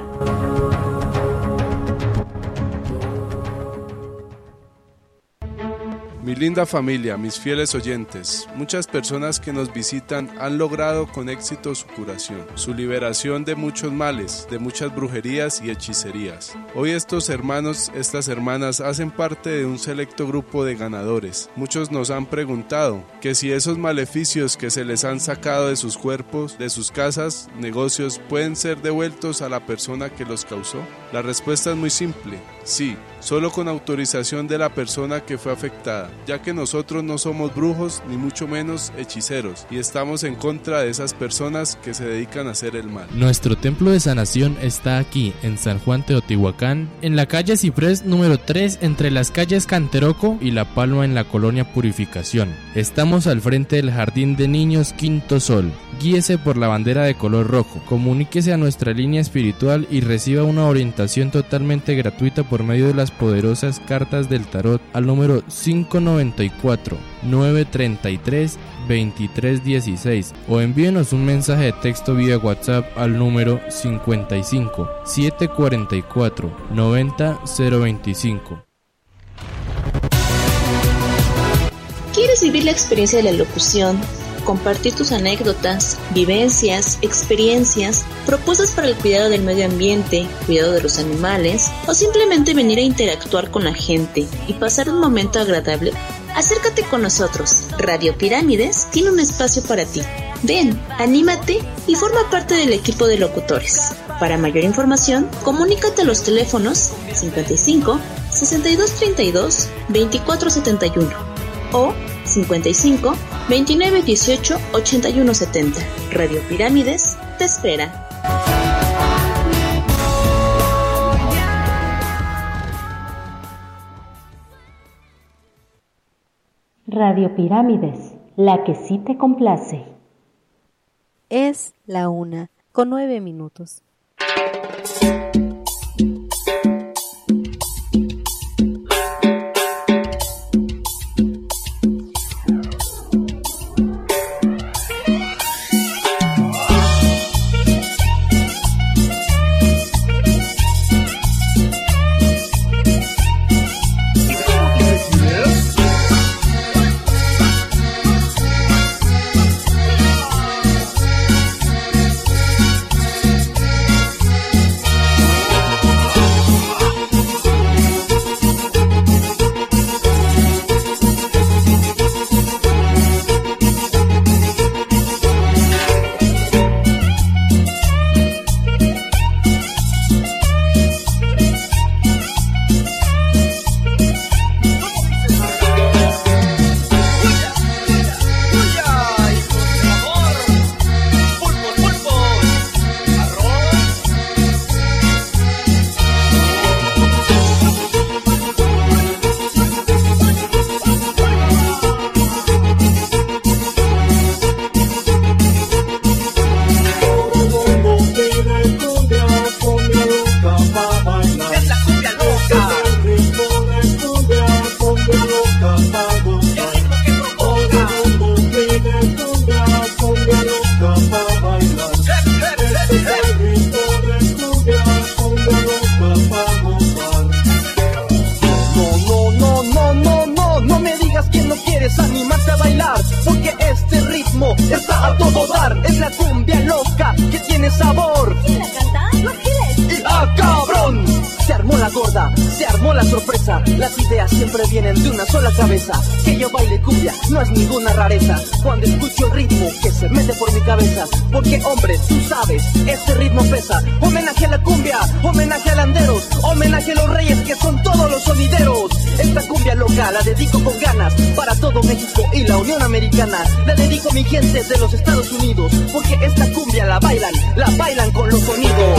Mi linda familia, mis fieles oyentes, muchas personas que nos visitan han logrado con éxito su curación, su liberación de muchos males, de muchas brujerías y hechicerías. Hoy estos hermanos, estas hermanas hacen parte de un selecto grupo de ganadores. Muchos nos han preguntado que si esos maleficios que se les han sacado de sus cuerpos, de sus casas, negocios, pueden ser devueltos a la persona que los causó. La respuesta es muy simple, sí. Solo con autorización de la persona que fue afectada, ya que nosotros no somos brujos ni mucho menos hechiceros y estamos en contra de esas personas que se dedican a hacer el mal. Nuestro templo de sanación está aquí en San Juan Teotihuacán, en la calle Ciprés número tres entre las calles Canteroco y La Palma en la colonia Purificación. Estamos al frente del Jardín de Niños Quinto Sol. Guíese por la bandera de color rojo, comuníquese a nuestra línea espiritual y reciba una orientación totalmente gratuita por medio de las poderosas cartas del tarot al número cinco noventa y cuatro, nueve treinta y tres, veintitrés dieciséis o envíenos un mensaje de texto vía WhatsApp al número cincuenta y cinco, setecientos cuarenta y cuatro, noventa cero veinticinco. ¿Quieres vivir la experiencia de la locución? Compartir tus anécdotas, vivencias, experiencias, propuestas para el cuidado del medio ambiente, cuidado de los animales o simplemente venir a interactuar con la gente y pasar un momento agradable. Acércate con nosotros. Radio Pirámides tiene un espacio para ti. Ven, anímate y forma parte del equipo de locutores. Para mayor información, comunícate a los teléfonos cincuenta y cinco, sesenta y dos treinta y dos, veinticuatro setenta y uno o cincuenta y cinco, veintinueve dieciocho, ochenta y uno setenta. Radio Pirámides te espera. Radio Pirámides, la que sí te complace. Es la una, con nueve minutos. La dedico con ganas para todo México y la Unión Americana. La dedico a mi gente de los Estados Unidos, porque esta cumbia la bailan, la bailan con los sonidos.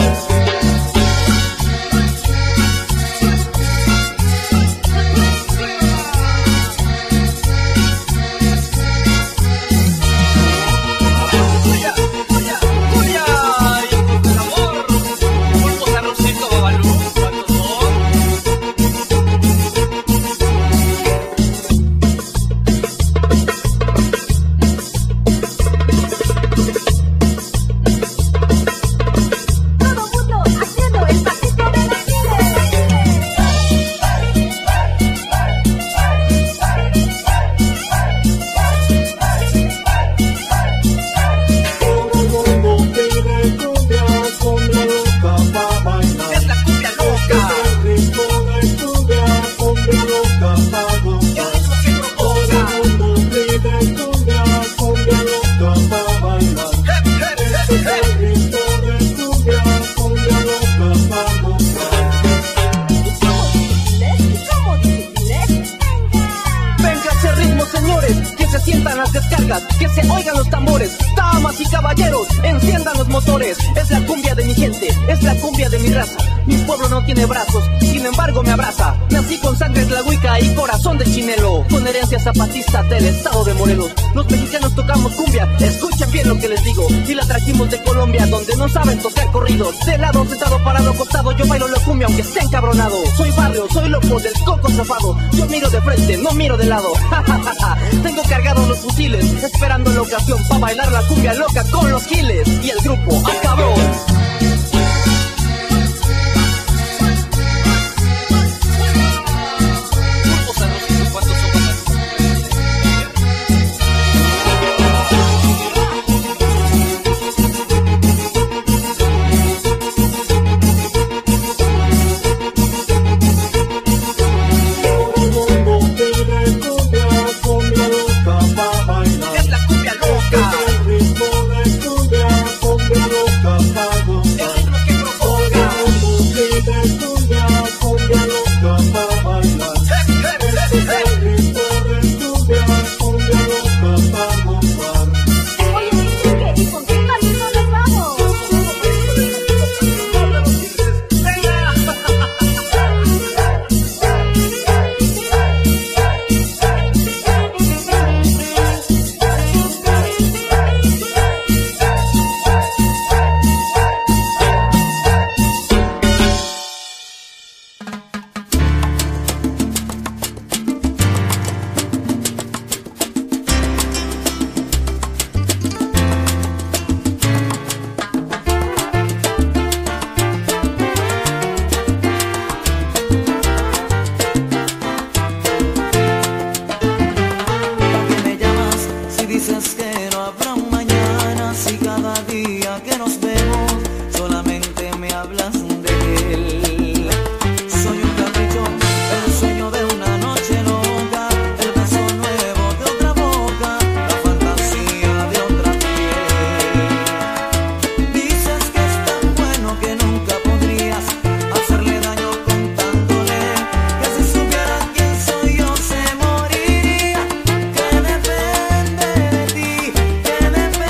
Que se oigan los tambores, damas y caballeros, enciendan los motores. Es la cumbia de mi gente, es la cumbia de mi raza. Mi pueblo no tiene brazos, sin embargo me abraza. Nací con sangre tlahuica y corazón de chinelo, con herencia zapatista del estado de Morelos. Los mexicanos tocamos cumbia, escuchen bien lo que les digo. Y la trajimos de Colombia, donde no saben tocar corridos. De lado, sentado, parado, acostado, yo bailo la cumbia aunque esté encabronado. Soy barrio, soy loco del coco zafado. Yo miro de frente, no miro de lado. Tengo cargados los fusiles, esperando la ocasión pa' bailar la cumbia loca con los giles. Y el grupo acabó. Es la cumbia loca. dices que no habrá un mañana si cada día que nos vemos solamente me hablas de él. Soy un capricho, el sueño de una noche loca, el beso nuevo de otra boca, la fantasía de otra piel. Dices que es tan bueno que nunca podrías hacerle daño contándole que si supiera quién soy yo se moriría. Que depende de ti, que depende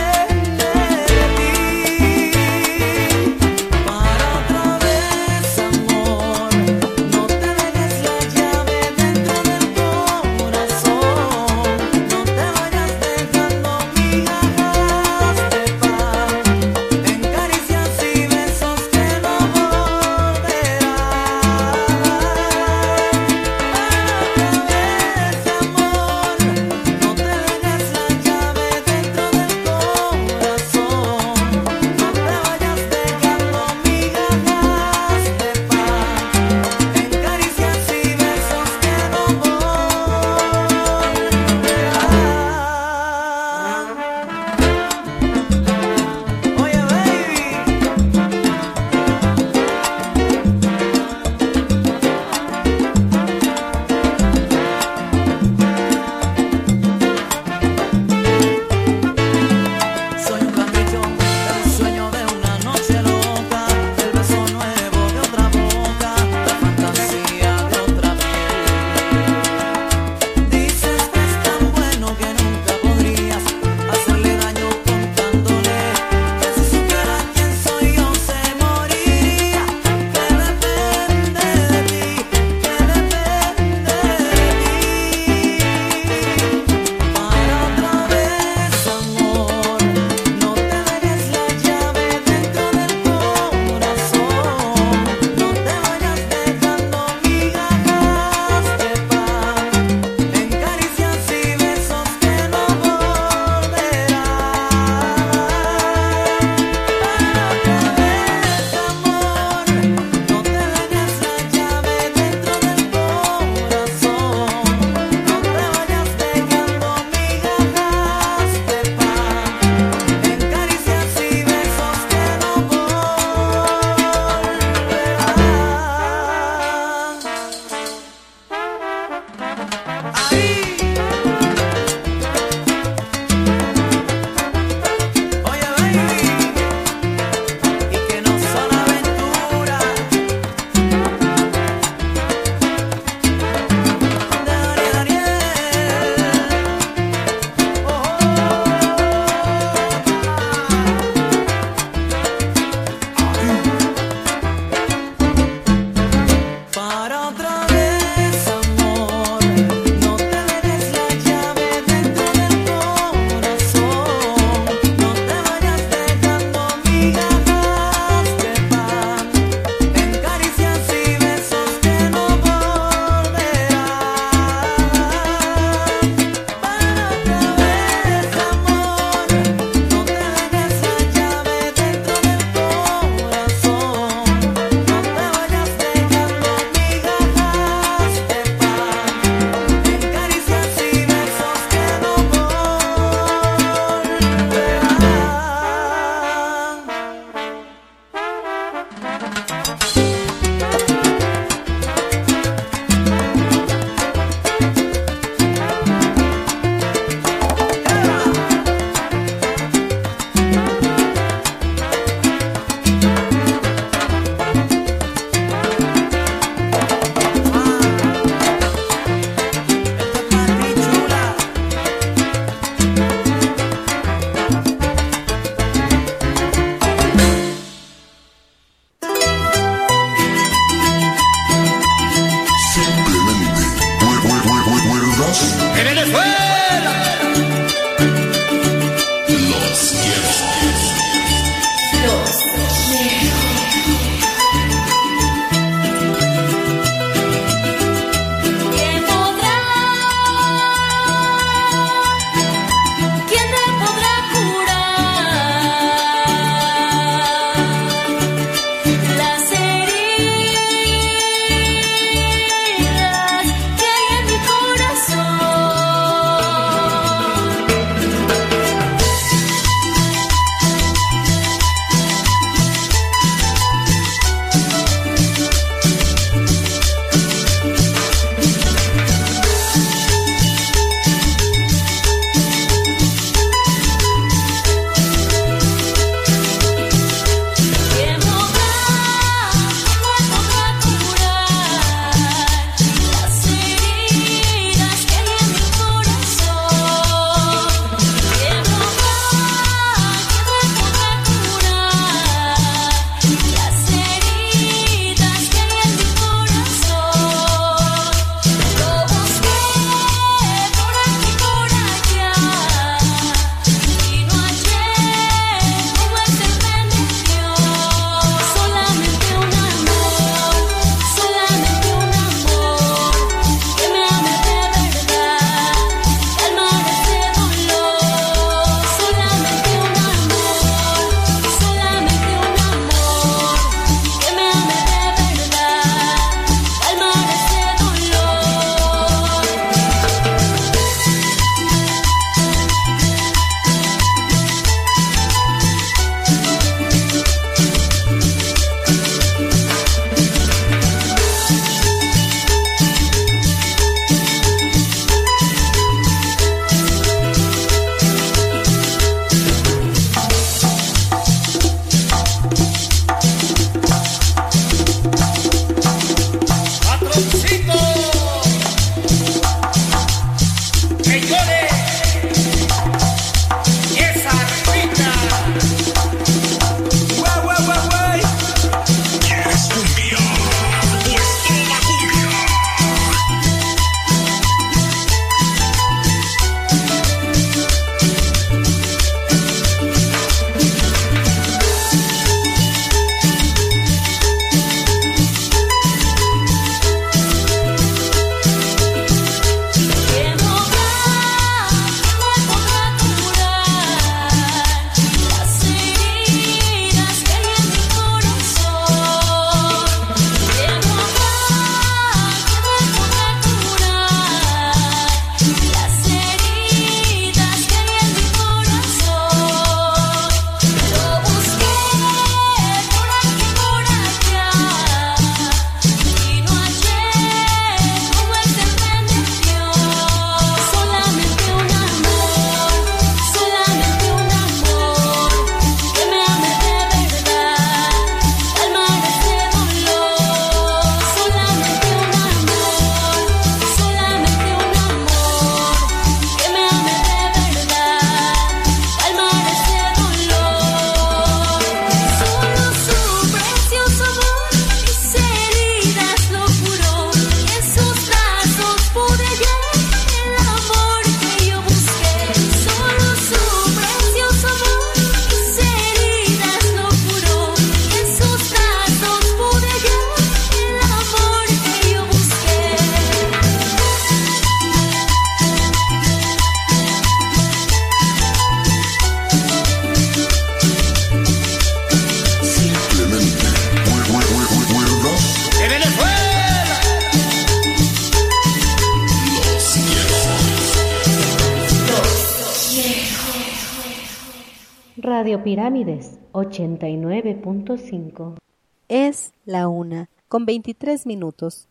Radio Pirámides ochenta y nueve punto cinco. Es la una, con veintitrés minutos.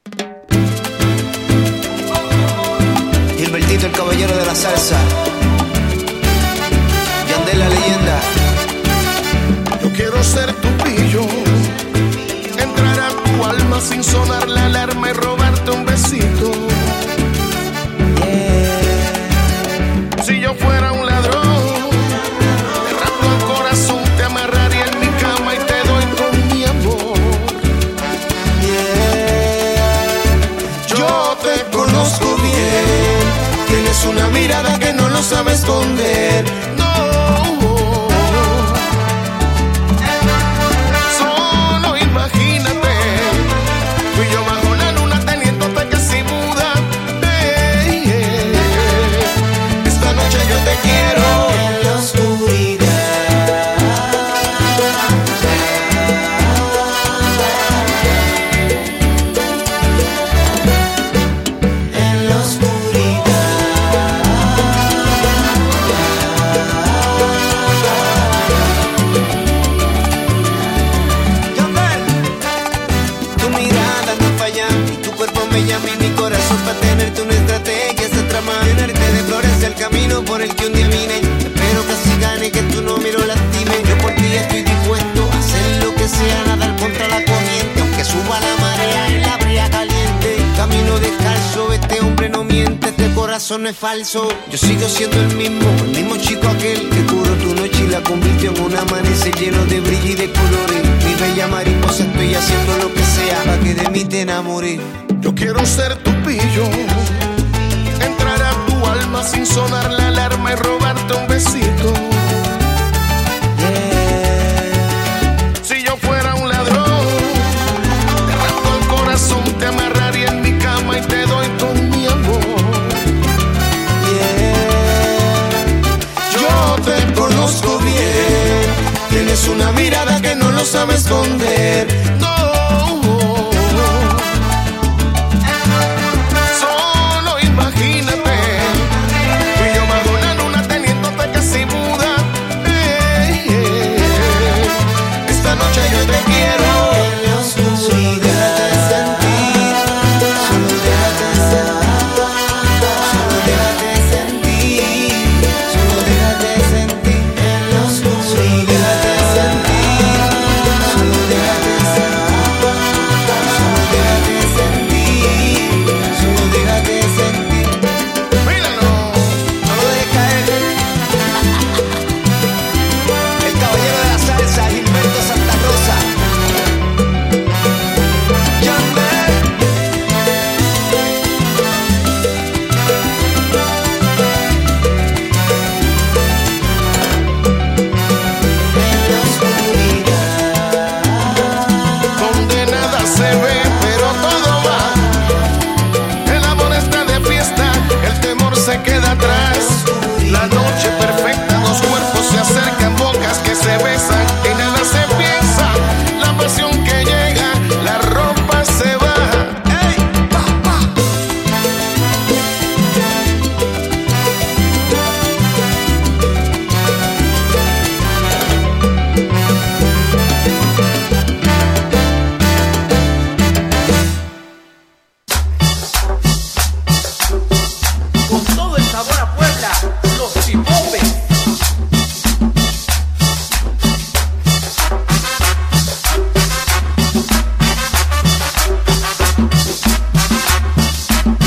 Gilbertito, el caballero de la salsa. Yandel, la leyenda. Yo quiero ser tu pillo, entrar a tu alma sin sonar la alarma y robarte un besito. Yeah. Si yo fuera un ladrón, te rapto el corazón, te amarraría en mi cama y te doy con mi amor. Yeah. Yo te conozco bien, tienes una mirada que no lo sabe esconder. No. Camino por el que un día vine, espero que así gane, que tú no me lo lastimes. Yo por ti estoy dispuesto a hacer lo que sea, nadar contra la corriente, aunque suba la marea y la brea caliente. Camino descalzo, este hombre no miente, este corazón no es falso. Yo sigo siendo el mismo, el mismo chico aquel que curó tu noche y la convirtió en un amanecer lleno de brillo y de colores. Mi bella mariposa, estoy haciendo lo que sea para que de mí te enamores. Yo quiero ser tu pillo, entrar a tu alma sin sonar la alarma y robarte un besito. Yeah. Si yo fuera un ladrón, te rapto el corazón, te amarraría en mi cama y te doy con mi amor. Yeah. Yo te conozco bien, tienes una mirada que no lo sabe esconder.